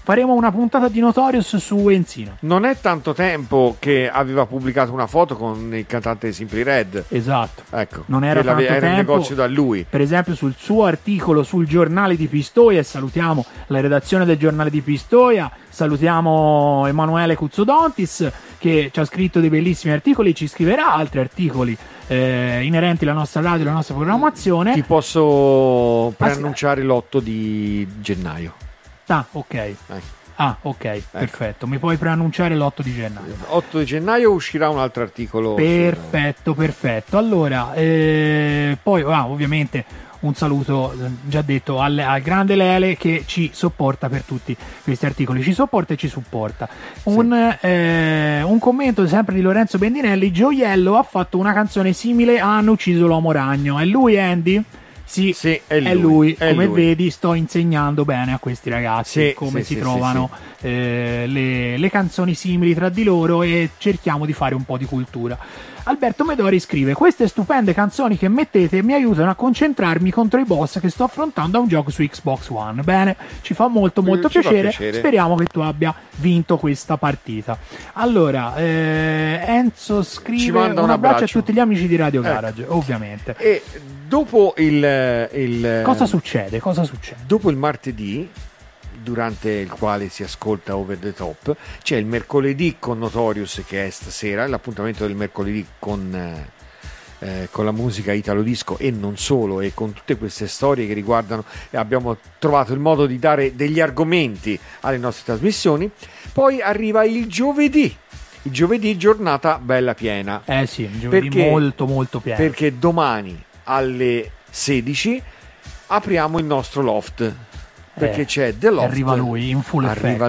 faremo una puntata di Notorious su Enzino. Non è tanto tempo che aveva pubblicato una foto con il cantante Simply Red. Esatto. Ecco, non era tanto tempo. Il negozio da lui. Per esempio sul suo articolo sul giornale di Pistoia, e salutiamo la redazione del giornale di Pistoia, salutiamo Emanuele Cuzzodontis che ci ha scritto dei bellissimi articoli, ci scriverà altri articoli inerenti alla nostra radio e alla nostra programmazione. Ti posso preannunciare l'8 di gennaio. Ah, ok. Ok, perfetto. Mi puoi preannunciare l'8 di gennaio. 8 di gennaio uscirà un altro articolo. Perfetto. Allora, poi ovviamente un saluto, già detto, al grande Lele che ci sopporta per tutti questi articoli, ci sopporta e ci supporta. Un commento sempre di Lorenzo Bendinelli: Gioiello ha fatto una canzone simile a Hanno ucciso l'uomo ragno. È lui, Andy? Sì, è lui. Come vedi, sto insegnando bene a questi ragazzi come si trovano le canzoni simili tra di loro, e cerchiamo di fare un po' di cultura. Alberto Medori scrive: queste stupende canzoni che mettete mi aiutano a concentrarmi contro i boss che sto affrontando a un gioco su Xbox One. Bene, ci fa molto piacere. Speriamo che tu abbia vinto questa partita. Allora, Enzo scrive: un abbraccio a tutti gli amici di Radio Garage, ovviamente. E dopo il cosa succede? Dopo il martedì, durante il quale si ascolta Over the Top, c'è il mercoledì con Notorious, che è stasera, l'appuntamento del mercoledì con la musica italo disco e non solo, e con tutte queste storie che riguardano, abbiamo trovato il modo di dare degli argomenti alle nostre trasmissioni. Poi arriva il giovedì giornata bella piena. Sì, il giovedì molto piena, perché domani alle 16 apriamo il nostro loft, perché c'è The Loft, arriva lui in full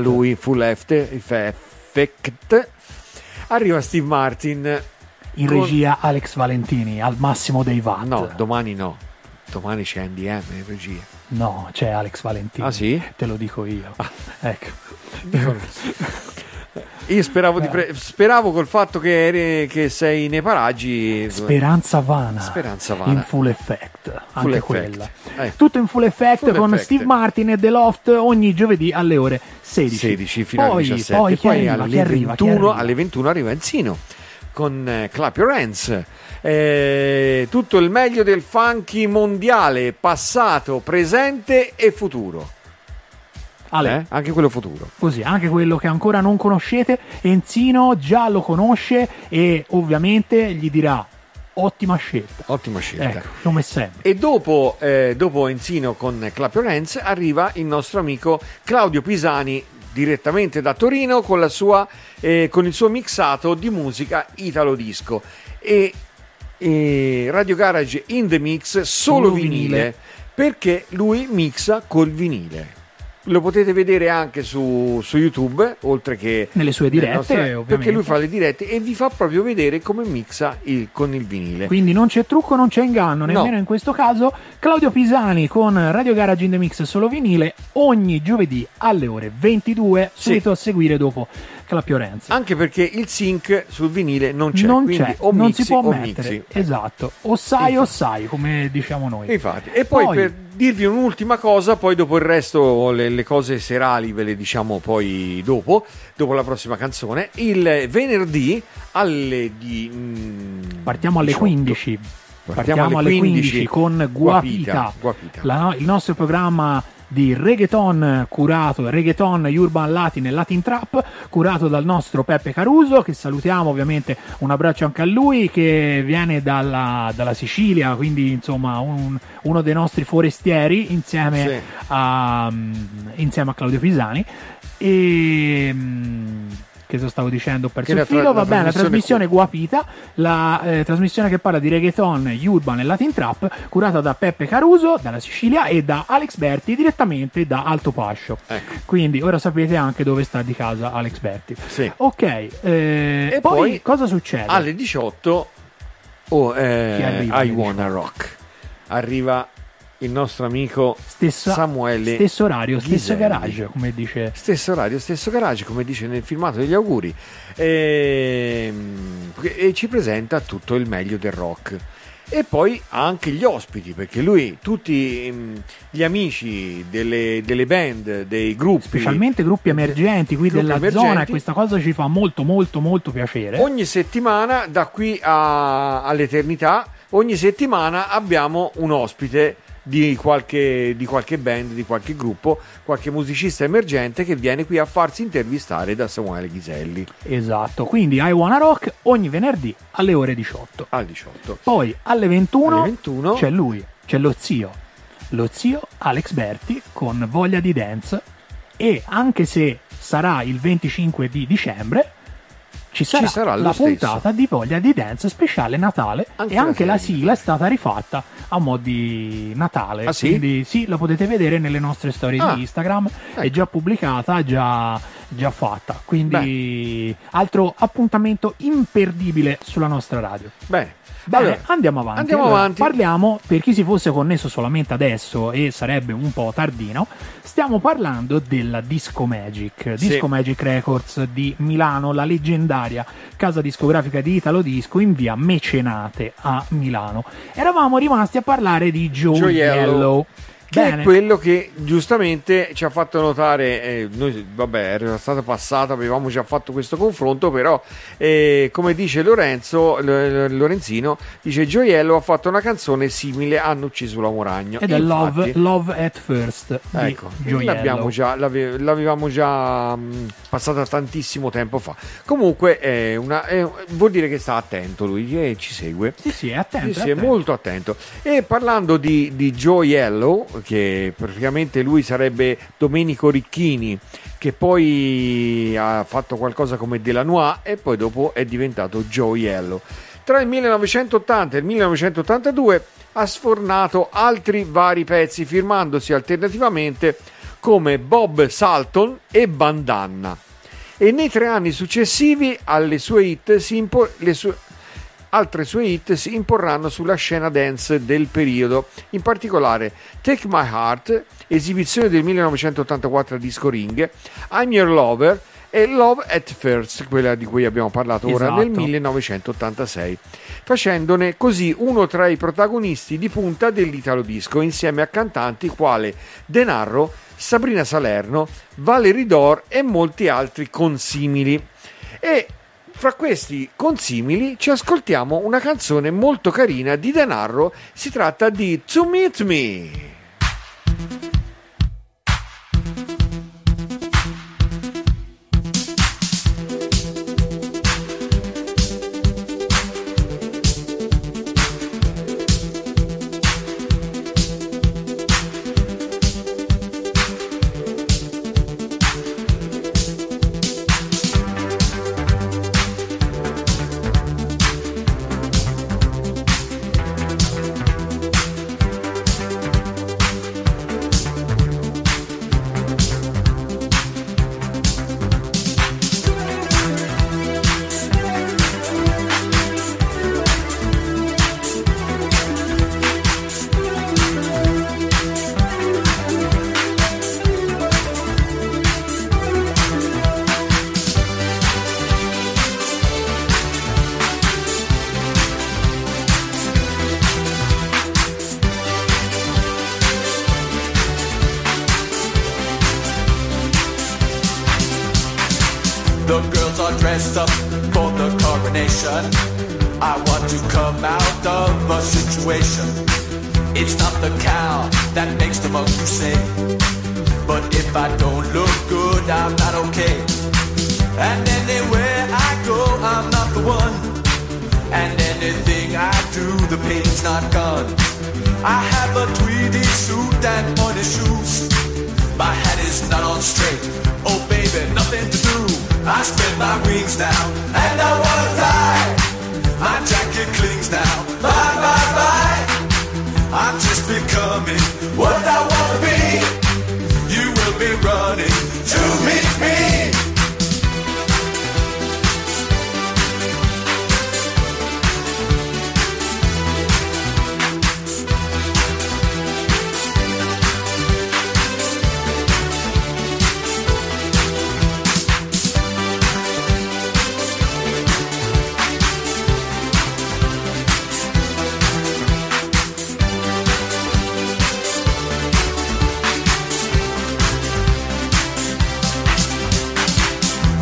effect, arriva Steve Martin in regia, Alex Valentini al massimo dei watt. No, domani c'è Andy M in regia. No, c'è Alex Valentini. Ah sì? Te lo dico io. Ecco. Io speravo col fatto che sei nei paraggi. Speranza vana. In full effect. Anche quella. Tutto in full effect con Steve Martin e The Loft ogni giovedì alle ore 16 fino alle 17. Poi alle 21 arriva Enzino con Clap Your Hands. Tutto il meglio del funky mondiale, passato, presente e futuro. Anche quello futuro. Così, anche quello che ancora non conoscete, Enzino già lo conosce e ovviamente gli dirà ottima scelta. Ecco, come sempre. E dopo Enzino con Clap Your Hands arriva il nostro amico Claudio Pisani direttamente da Torino con il suo mixato di musica italo disco e Radio Garage in the mix solo vinile, perché lui mixa col vinile. Lo potete vedere anche su YouTube, oltre che nelle sue dirette, ovviamente, perché lui fa le dirette e vi fa proprio vedere come mixa con il vinile. Quindi non c'è trucco, non c'è inganno, nemmeno in questo caso. Claudio Pisani con Radio Garage in the Mix solo vinile ogni giovedì alle ore 22, subito a seguire dopo Clap Your Hands. Anche perché il sync sul vinile non c'è, non si può mettere. Esatto, o sai, come diciamo noi. Infatti. E poi per dirvi un'ultima cosa, poi dopo il resto le cose serali ve le diciamo poi dopo la prossima canzone. Il venerdì partiamo alle 15. Partiamo alle 15 con Guapita. Il nostro programma di reggaeton urban latin e latin trap, curato dal nostro Peppe Caruso, che salutiamo ovviamente, un abbraccio anche a lui, che viene dalla Sicilia, quindi insomma uno dei nostri forestieri insieme a Claudio Pisani. E che stavo dicendo, ho perso il filo. Va bene, la trasmissione Guapita, la trasmissione che parla di reggaeton, urban e latin trap, curata da Peppe Caruso dalla Sicilia e da Alex Berti direttamente da Alto Pascio. Quindi ora sapete anche dove sta di casa Alex Berti. Ok, e poi cosa succede? Alle 18 I Wanna Rock arriva il nostro amico Samuele. Stesso orario, Ghiselli. stesso garage, come dice. Stesso orario, stesso garage, come dice nel filmato degli auguri. E ci presenta tutto il meglio del rock. E poi anche gli ospiti, perché lui, tutti gli amici delle band, dei gruppi, specialmente gruppi emergenti qui della zona, e questa cosa ci fa molto molto molto piacere. Ogni settimana, da qui all'eternità, ogni settimana abbiamo un ospite di qualche band, di qualche gruppo, qualche musicista emergente che viene qui a farsi intervistare da Samuele Ghiselli. Esatto, quindi I Wanna Rock ogni venerdì alle ore 18. Al 18. Poi alle 21 c'è lui, c'è lo zio Alex Berti con Voglia di Dance, e anche se sarà il 25 di dicembre ci sarà la puntata di Voglia di Dance speciale Natale, e anche la sigla è stata rifatta a mo' di Natale. Ah, sì? Quindi sì, la potete vedere nelle nostre storie di Instagram, è già pubblicata, già fatta. Quindi altro appuntamento imperdibile sulla nostra radio. Bene. Bene, allora, andiamo avanti. Parliamo, per chi si fosse connesso solamente adesso e sarebbe un po' tardino, stiamo parlando della Disco Magic. Disco Magic Records di Milano, la leggendaria casa discografica di Italo Disco in via Mecenate a Milano. Eravamo rimasti a parlare di Joe Yellow. Che è quello che giustamente ci ha fatto notare, noi era stato passato, avevamo già fatto questo confronto, però come dice Lorenzino, dice Gioiello ha fatto una canzone simile a Hanno ucciso l'uomo ragno. Ed è Love at First di ecco, Gioiello. l'avevamo già passata tantissimo tempo fa. Comunque vuol dire che sta attento lui, e ci segue. Sì, è attento. Sì, è molto attento. E parlando di Gioiello, che praticamente lui sarebbe Domenico Ricchini, che poi ha fatto qualcosa come Delanois e poi dopo è diventato Gioiello. Tra il 1980 e il 1982 ha sfornato altri vari pezzi, firmandosi alternativamente come Bob Salton e Bandanna, e nei 3 anni successivi altre sue hit si imporranno sulla scena dance del periodo, in particolare Take My Heart, esibizione del 1984 a Disco Ring, I'm Your Lover e Love at First, quella di cui abbiamo parlato ora, nel 1986, facendone così uno tra i protagonisti di punta dell'Italo Disco, insieme a cantanti quale De Narro, Sabrina Salerno, Valerie Dor e molti altri consimili. E fra questi consimili ci ascoltiamo una canzone molto carina di De Narro, si tratta di To Meet Me. The girls are dressed up for the coronation. I want to come out of a situation. It's not the cow that makes the monkey sing, but if I don't look good, I'm not okay. And anywhere I go, I'm not the one. And anything I do, the pain's not gone. I have a tweedy suit and pointy shoes. My hat is not on straight. Oh baby, nothing to do. I spread my wings now, and I wanna fly. My jacket clings now, bye, bye, bye. I'm just becoming what I wanna be. You will be running to meet me.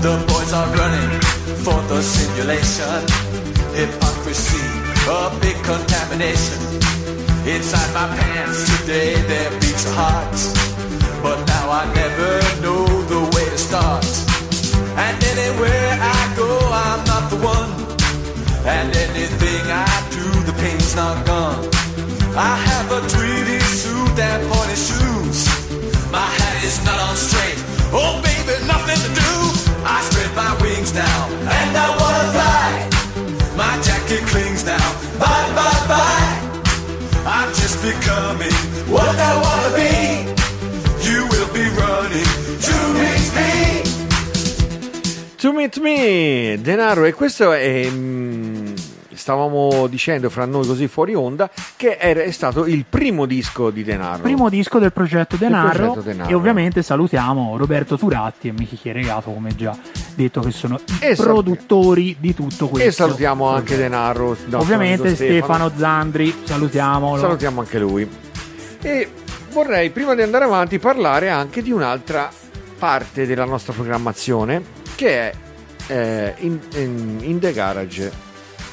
The boys are running for the simulation. Hypocrisy, a big contamination. Inside my pants today there beats a heart, but now I never know the way to start. And anywhere I go I'm not the one, and anything I do the pain's not gone. I have a tweedy suit and pointy shoes. My hat is not on straight. Oh baby, nothing to do. I spread my wings now and I wanna fly. My jacket clings now. Bye, bye, bye. I'm just becoming what I wanna be. You will be running to meet me. To meet me, Denaro. E questo è... stavamo dicendo fra noi così fuori onda che è stato il primo disco di Denaro, primo disco del progetto Denaro, e ovviamente salutiamo Roberto Turatti e Michi Chieregato, come già detto, che sono i produttori di tutto questo, e salutiamo anche Denaro, ovviamente Stefano Zandri, salutiamo anche lui. E vorrei, prima di andare avanti, parlare anche di un'altra parte della nostra programmazione che è in The Garage.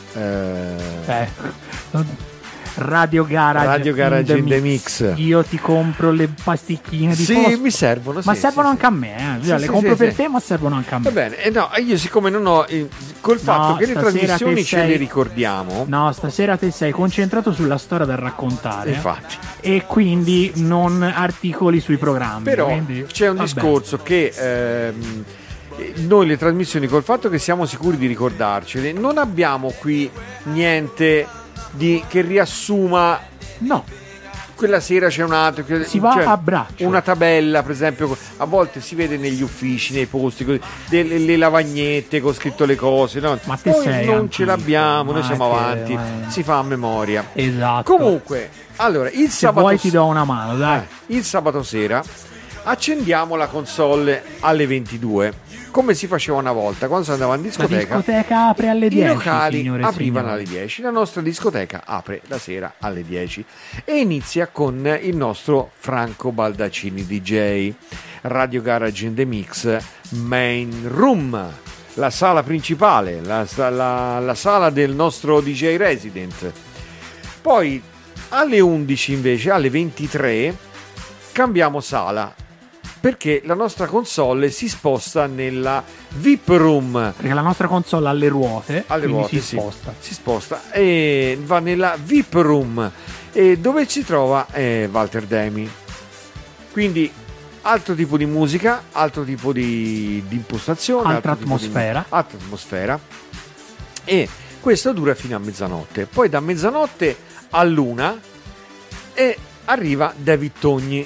Radio Garage in the mix. Io ti compro le pasticchine di fosforo. Mi servono, ma servono anche a me, le compro per te, ma servono anche a me. Va bene, no, io siccome non ho col fatto che le trasmissioni ce le ricordiamo. No, stasera te sei concentrato sulla storia da raccontare. Infatti. E quindi non articoli sui programmi. Però quindi, c'è un discorso che noi le trasmissioni, col fatto che siamo sicuri di ricordarcele, non abbiamo qui niente che riassuma. No, quella sera c'è un altro, si va a braccio, una tabella, per esempio, a volte si vede negli uffici, nei posti così, le lavagnette con scritto le cose, no? Ma te noi non ce l'abbiamo, noi siamo avanti, si fa a memoria. Esatto. Comunque, allora, il se sabato vuoi ti do una mano, dai. Il sabato sera accendiamo la console alle 22, come si faceva una volta quando si andava in discoteca. La discoteca apre alle 10, i locali signore, aprivano alle 10, la nostra discoteca apre la sera alle 10 e inizia con il nostro Franco Baldaccini DJ. Radio Garage in the Mix Main Room, la sala principale, la sala del nostro DJ resident. Poi alle 11 invece, alle 23 cambiamo sala, perché la nostra console si sposta nella VIP Room. Perché la nostra console ha le ruote, si sposta e va nella VIP Room, dove ci trova Walter Demi. Quindi altro tipo di musica, altro tipo di impostazione, altra atmosfera. Altra atmosfera. E questo dura fino a mezzanotte. Poi da mezzanotte all'1 e arriva David Togni.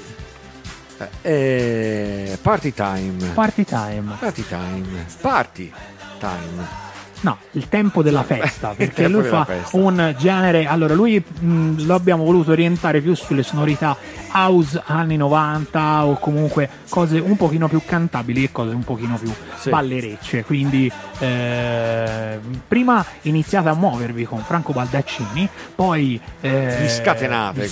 Party time. No, il tempo della festa, perché lui fa un genere. Allora, lui lo abbiamo voluto orientare più sulle sonorità house anni 90, o comunque cose un pochino più cantabili e cose un pochino più ballerecce. Quindi prima iniziate a muovervi con Franco Baldaccini, poi vi scatenate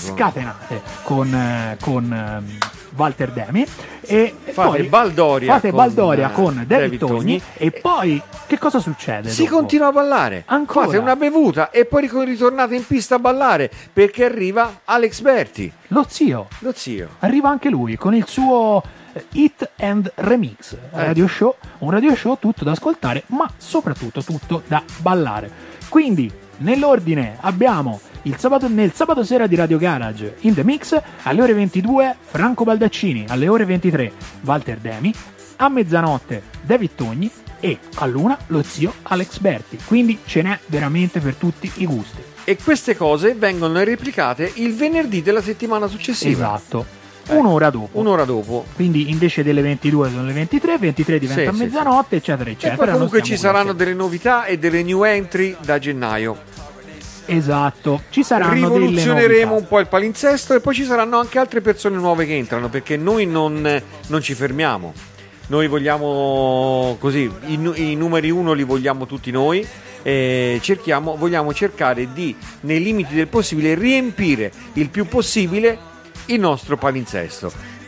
con Walter Demi, e fate Baldoria con David Togni, e poi che cosa succede? Si continua a ballare, ancora fate una bevuta e poi ritornate in pista a ballare, perché arriva Alex Berti, lo zio. Arriva anche lui con il suo Hit and Remix radio show, un radio show tutto da ascoltare, ma soprattutto tutto da ballare. Quindi nell'ordine abbiamo nel sabato sera di Radio Garage in the Mix alle ore 22 Franco Baldaccini, alle ore 23 Walter Demi, a mezzanotte David Togni e all'1 lo zio Alex Berti. Quindi ce n'è veramente per tutti i gusti. E queste cose vengono replicate il venerdì della settimana successiva. Esatto. Un'ora dopo. Quindi invece delle 22 sono le 23 diventa a mezzanotte, eccetera, eccetera. E poi comunque ci saranno delle novità e delle new entry da gennaio. Esatto, ci saranno rivoluzioneremo un po' il palinsesto, e poi ci saranno anche altre persone nuove che entrano, perché noi non ci fermiamo. Noi vogliamo così, i numeri 1 li vogliamo tutti noi, e vogliamo cercare di, nei limiti del possibile, riempire il più possibile il nostro palinsesto.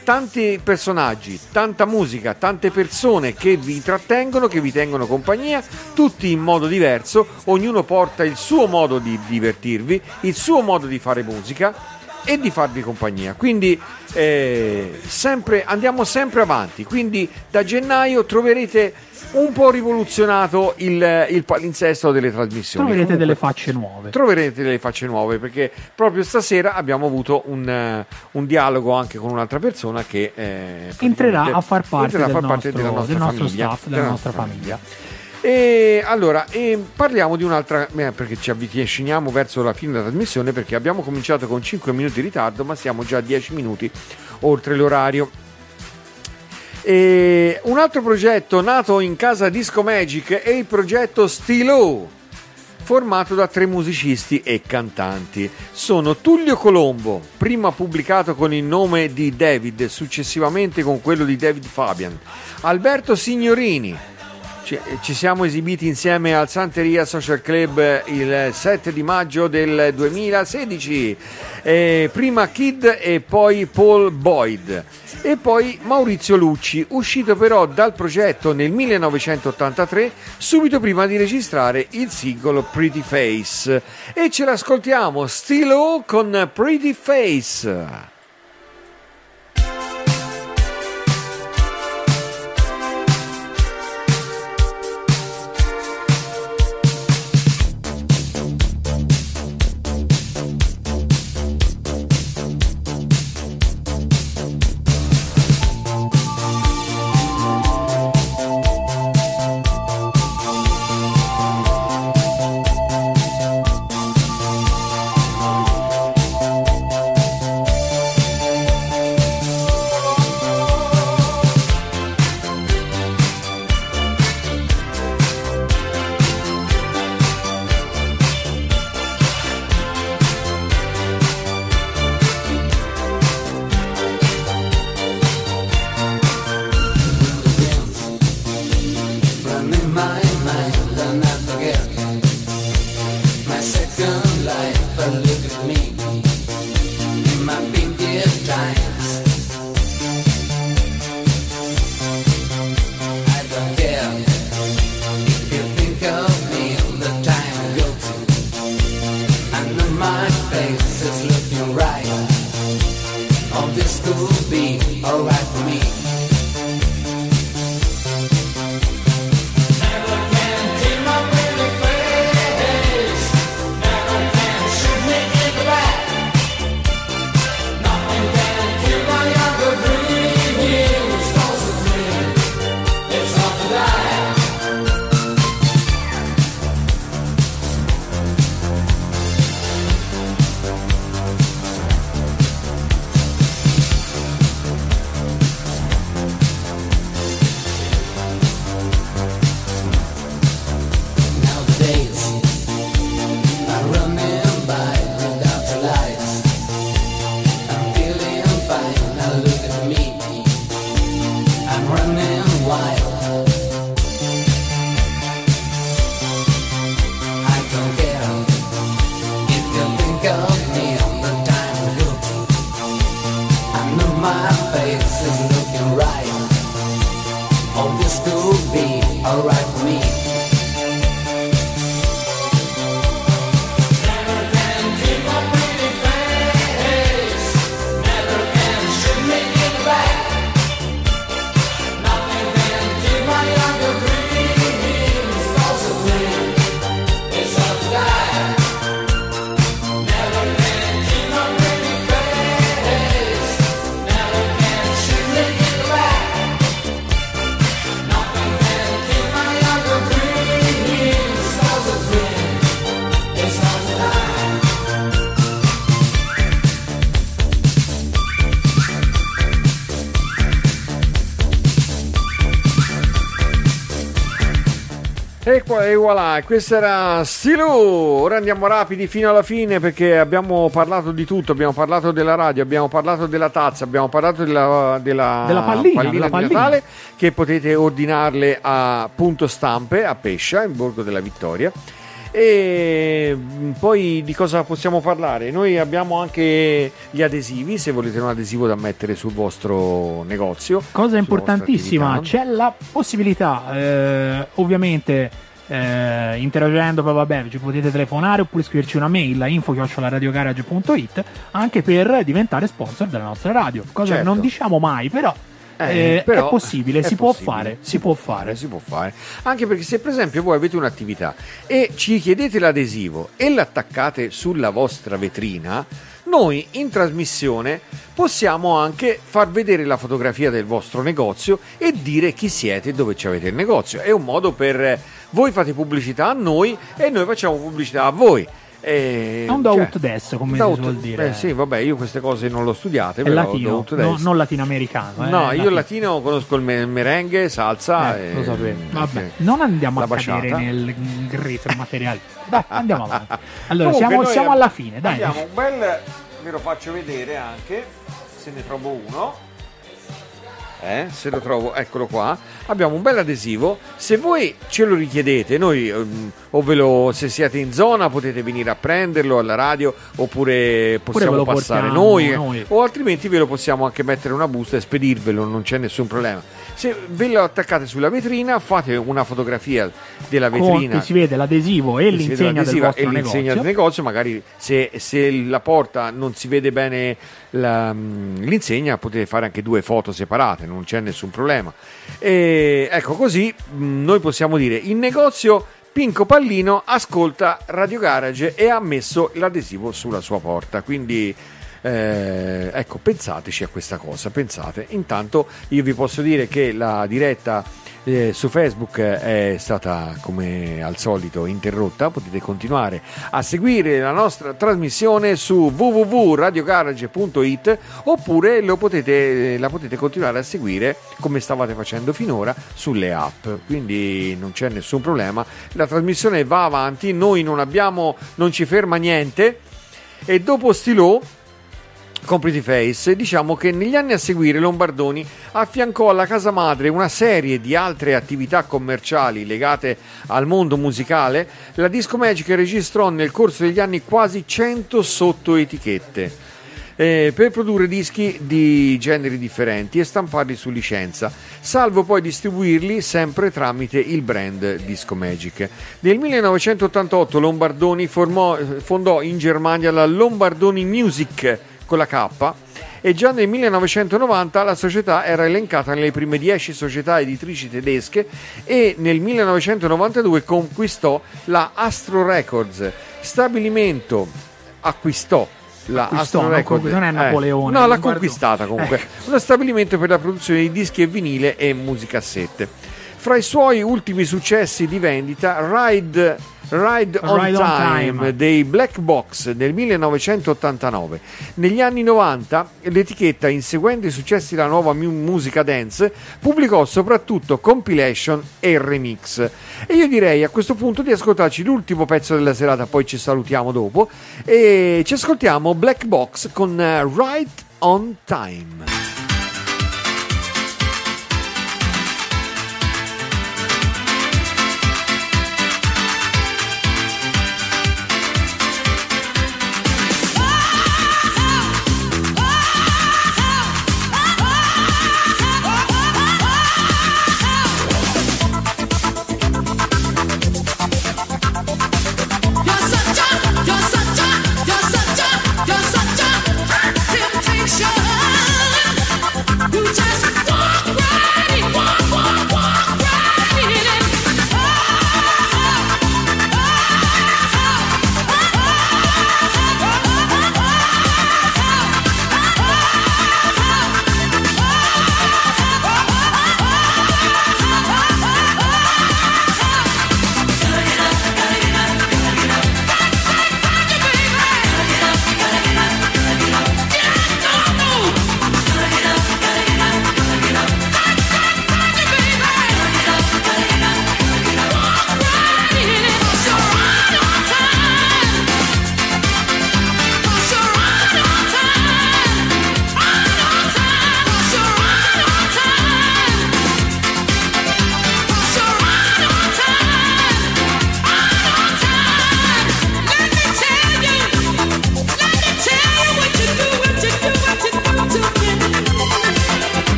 tanti personaggi, tanta musica, tante persone che vi intrattengono, che vi tengono compagnia, tutti in modo diverso, ognuno porta il suo modo di divertirvi, il suo modo di fare musica e di farvi compagnia. Quindi andiamo sempre avanti, quindi da gennaio troverete un po' rivoluzionato il palinsesto delle trasmissioni. Troverete delle facce nuove, perché proprio stasera abbiamo avuto un dialogo anche con un'altra persona che entrerà a far parte del nostro staff, della nostra famiglia. E allora parliamo di un'altra, perché ci avviciniamo verso la fine della trasmissione, perché abbiamo cominciato con 5 minuti di ritardo, ma siamo già 10 minuti oltre l'orario. E un altro progetto nato in casa Disco Magic è il progetto Stilo, formato da 3 musicisti e cantanti. Sono Tullio Colombo, prima pubblicato con il nome di David, successivamente con quello di David Fabian; Alberto Signorini, ci siamo esibiti insieme al Santeria Social Club il 7 di maggio del 2016, prima Kid e poi Paul Boyd, e poi Maurizio Lucci, uscito però dal progetto nel 1983, subito prima di registrare il singolo Pretty Face, e ce l'ascoltiamo Stilo con Pretty Face. E voilà, questo era Stilo. Ora andiamo rapidi fino alla fine, perché abbiamo parlato di tutto. Abbiamo parlato della radio, abbiamo parlato della tazza, abbiamo parlato della pallina di Natale, che potete ordinarle a Punto Stampe a Pescia, in Borgo della Vittoria. E poi di cosa possiamo parlare? Noi abbiamo anche gli adesivi, se volete un adesivo da mettere sul vostro negozio. Cosa importantissima, c'è la possibilità, ovviamente interagendo, poi vabbè, ci potete telefonare oppure scriverci una mail a info@radiogarage.it anche per diventare sponsor della nostra radio, cosa che non diciamo mai, però è possibile, si può fare. Anche perché se per esempio voi avete un'attività e ci chiedete l'adesivo e l'attaccate sulla vostra vetrina, noi in trasmissione possiamo anche far vedere la fotografia del vostro negozio e dire chi siete e dove ci avete il negozio. È un modo per voi fate pubblicità a noi e noi facciamo pubblicità a voi. Non do out des, come si suol dire. Sì, vabbè, io queste cose non l'ho studiate. È però latino, non latinoamericano. No, io latino conosco il merengue, salsa. Lo sapevo. Vabbè, non andiamo a cadere nel retro materiale. Dai, andiamo avanti. Allora, siamo alla fine. Dai. Abbiamo un bel. Ve lo faccio vedere anche. Se ne trovo uno. Se lo trovo, eccolo qua. Abbiamo un bel adesivo. Se voi ce lo richiedete, noi se siete in zona potete venire a prenderlo alla radio, oppure possiamo passare noi, o altrimenti ve lo possiamo anche mettere una busta e spedirvelo, non c'è nessun problema. Se ve lo attaccate sulla vetrina, fate una fotografia della vetrina che si vede l'adesivo e l'insegna del vostro negozio. Magari se la porta non si vede bene l'insegna, potete fare anche 2 foto separate, non c'è nessun problema. E ecco, così noi possiamo dire: il negozio Pinco Pallino ascolta Radio Garage e ha messo l'adesivo sulla sua porta. Quindi ecco, pensateci a questa cosa, pensate. Intanto io vi posso dire che la diretta su Facebook è stata come al solito interrotta. Potete continuare a seguire la nostra trasmissione su www.radiogarage.it oppure la potete continuare a seguire come stavate facendo finora sulle app, quindi non c'è nessun problema, la trasmissione va avanti, noi non ci ferma niente. E dopo Stilò con Pretty Face, diciamo che negli anni a seguire Lombardoni affiancò alla casa madre una serie di altre attività commerciali legate al mondo musicale. La Disco Magic registrò nel corso degli anni quasi 100 sottoetichette per produrre dischi di generi differenti e stamparli su licenza, salvo poi distribuirli sempre tramite il brand Disco Magic. Nel 1988 Lombardoni fondò in Germania la Lombardoni Music con la K, e già nel 1990 la società era elencata nelle prime 10 società editrici tedesche e nel 1992 conquistò la Astro Records, stabilimento acquistò la Astro Records, non è Napoleone, no, l'ha conquistata comunque, uno stabilimento per la produzione di dischi e vinile e musicassette. Fra i suoi ultimi successi di vendita, Ride on Time dei Black Box nel 1989. Negli anni 90 l'etichetta, inseguendo i successi della nuova musica dance, pubblicò soprattutto compilation e remix. E io direi a questo punto di ascoltarci l'ultimo pezzo della serata, poi ci salutiamo dopo e ci ascoltiamo Black Box con Ride on Time. You're such a temptation.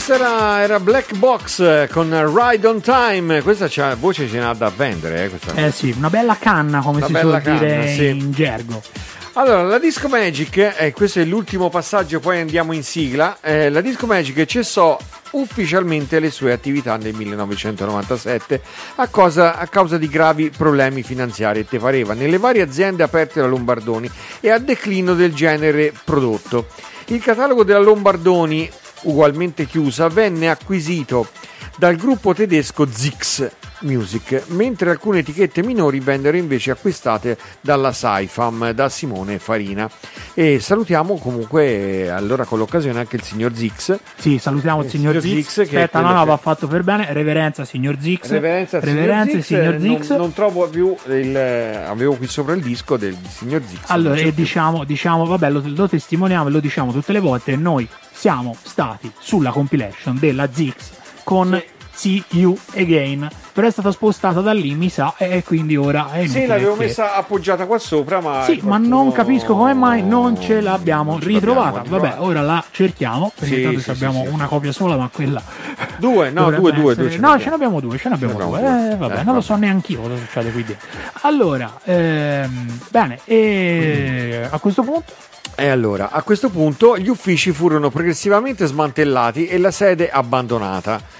questa era Black Box con Ride on Time. Questa c'ha voce, ce n'ha da vendere, questa. Sì, una bella canna, come si suol dire in gergo. Allora, la Disco Magic, questo è l'ultimo passaggio, poi andiamo in sigla. La Disco Magic cessò ufficialmente le sue attività nel 1997 a causa di gravi problemi finanziari, te pareva, nelle varie aziende aperte da Lombardoni e al declino del genere prodotto. Il catalogo della Lombardoni, ugualmente chiusa, venne acquisito dal gruppo tedesco Zix Music, mentre alcune etichette minori vennero invece acquistate dalla Saifam, da Simone Farina. E salutiamo comunque allora con l'occasione anche il signor Zix. Sì, salutiamo il signor Zix. Aspetta, no, va fatto per bene. Reverenza signor Zix. Reverenza signor Zix. Non trovo più avevo qui sopra il disco del signor Zix. Allora, e diciamo, vabbè, lo testimoniamo e lo diciamo tutte le volte, noi siamo stati sulla compilation della Zix con See You Again, però è stata spostata da lì, mi sa, e quindi ora è sì, l'avevo messa appoggiata qua sopra, ma sì, ma non capisco come mai non ce l'abbiamo ritrovata. Vabbè, ora la cerchiamo, perché tanto abbiamo una copia sola, ma quella due. No, ce ne abbiamo due. Vabbè, non lo so neanch'io cosa succede qui dentro. Allora, bene, e a questo punto? E allora, a questo punto gli uffici furono progressivamente smantellati e la sede abbandonata.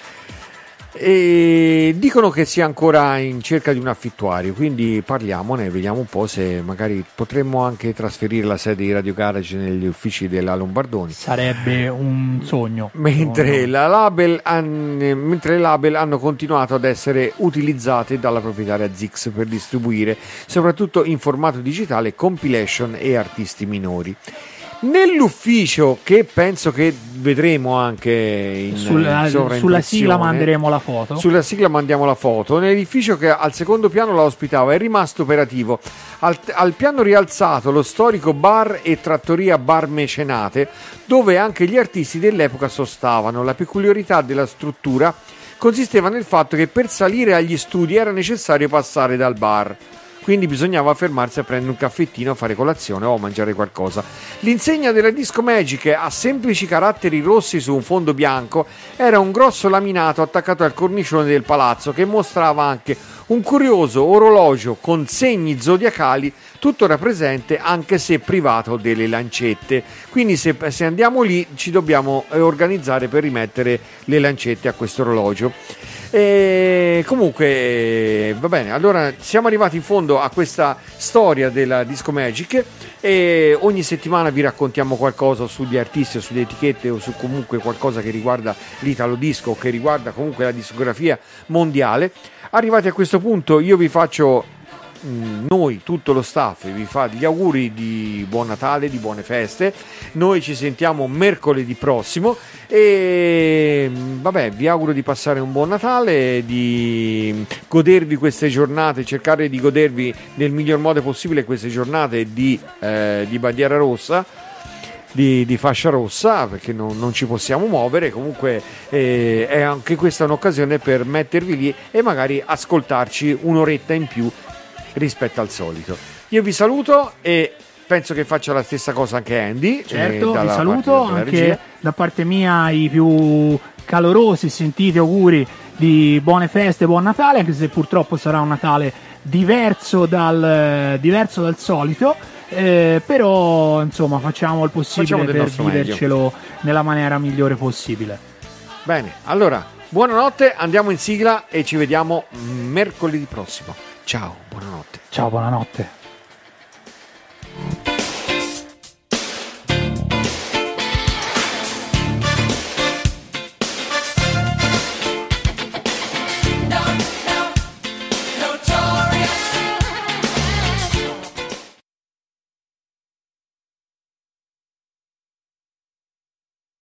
E dicono che sia ancora in cerca di un affittuario, quindi parliamone, vediamo un po' se magari potremmo anche trasferire la sede di Radio Garage negli uffici della Lombardoni. Sarebbe un sogno. Mentre le label hanno continuato ad essere utilizzate dalla proprietaria Zix per distribuire soprattutto in formato digitale compilation e artisti minori. Nell'ufficio, che penso che vedremo anche sulla sigla manderemo la foto. Sulla sigla mandiamo la foto. Nell'edificio che al secondo piano la ospitava è rimasto operativo. Al piano rialzato lo storico bar e trattoria Bar Mecenate, dove anche gli artisti dell'epoca sostavano. La peculiarità della struttura consisteva nel fatto che per salire agli studi era necessario passare dal bar. Quindi bisognava fermarsi a prendere un caffettino, a fare colazione o a mangiare qualcosa. L'insegna della Disco Magic, a semplici caratteri rossi su un fondo bianco, era un grosso laminato attaccato al cornicione del palazzo che mostrava anche un curioso orologio con segni zodiacali, tuttora presente anche se privato delle lancette. Quindi se andiamo lì ci dobbiamo organizzare per rimettere le lancette a questo orologio. E comunque va bene, allora siamo arrivati in fondo a questa storia della Disco Magic e ogni settimana vi raccontiamo qualcosa sugli artisti o sulle etichette o su comunque qualcosa che riguarda l'Italo Disco o che riguarda comunque la discografia mondiale. Arrivati a questo punto io vi faccio, noi, tutto lo staff, vi fa gli auguri di buon Natale, di buone feste. Noi ci sentiamo mercoledì prossimo e vabbè, vi auguro di passare un buon Natale, di godervi queste giornate, cercare di godervi nel miglior modo possibile queste giornate di bandiera rossa, di fascia rossa, perché non ci possiamo muovere. Comunque è anche questa un'occasione per mettervi lì e magari ascoltarci un'oretta in più rispetto al solito. Io vi saluto e penso che faccia la stessa cosa anche Andy. Certo, vi saluto anche da parte mia, i più calorosi sentiti auguri di buone feste, buon Natale, anche se purtroppo sarà un Natale diverso dal solito, però insomma facciamo il possibile per vivercelo nella maniera migliore possibile. Bene, allora buonanotte, andiamo in sigla e ci vediamo mercoledì prossimo. Ciao, buonanotte. Ciao, buonanotte.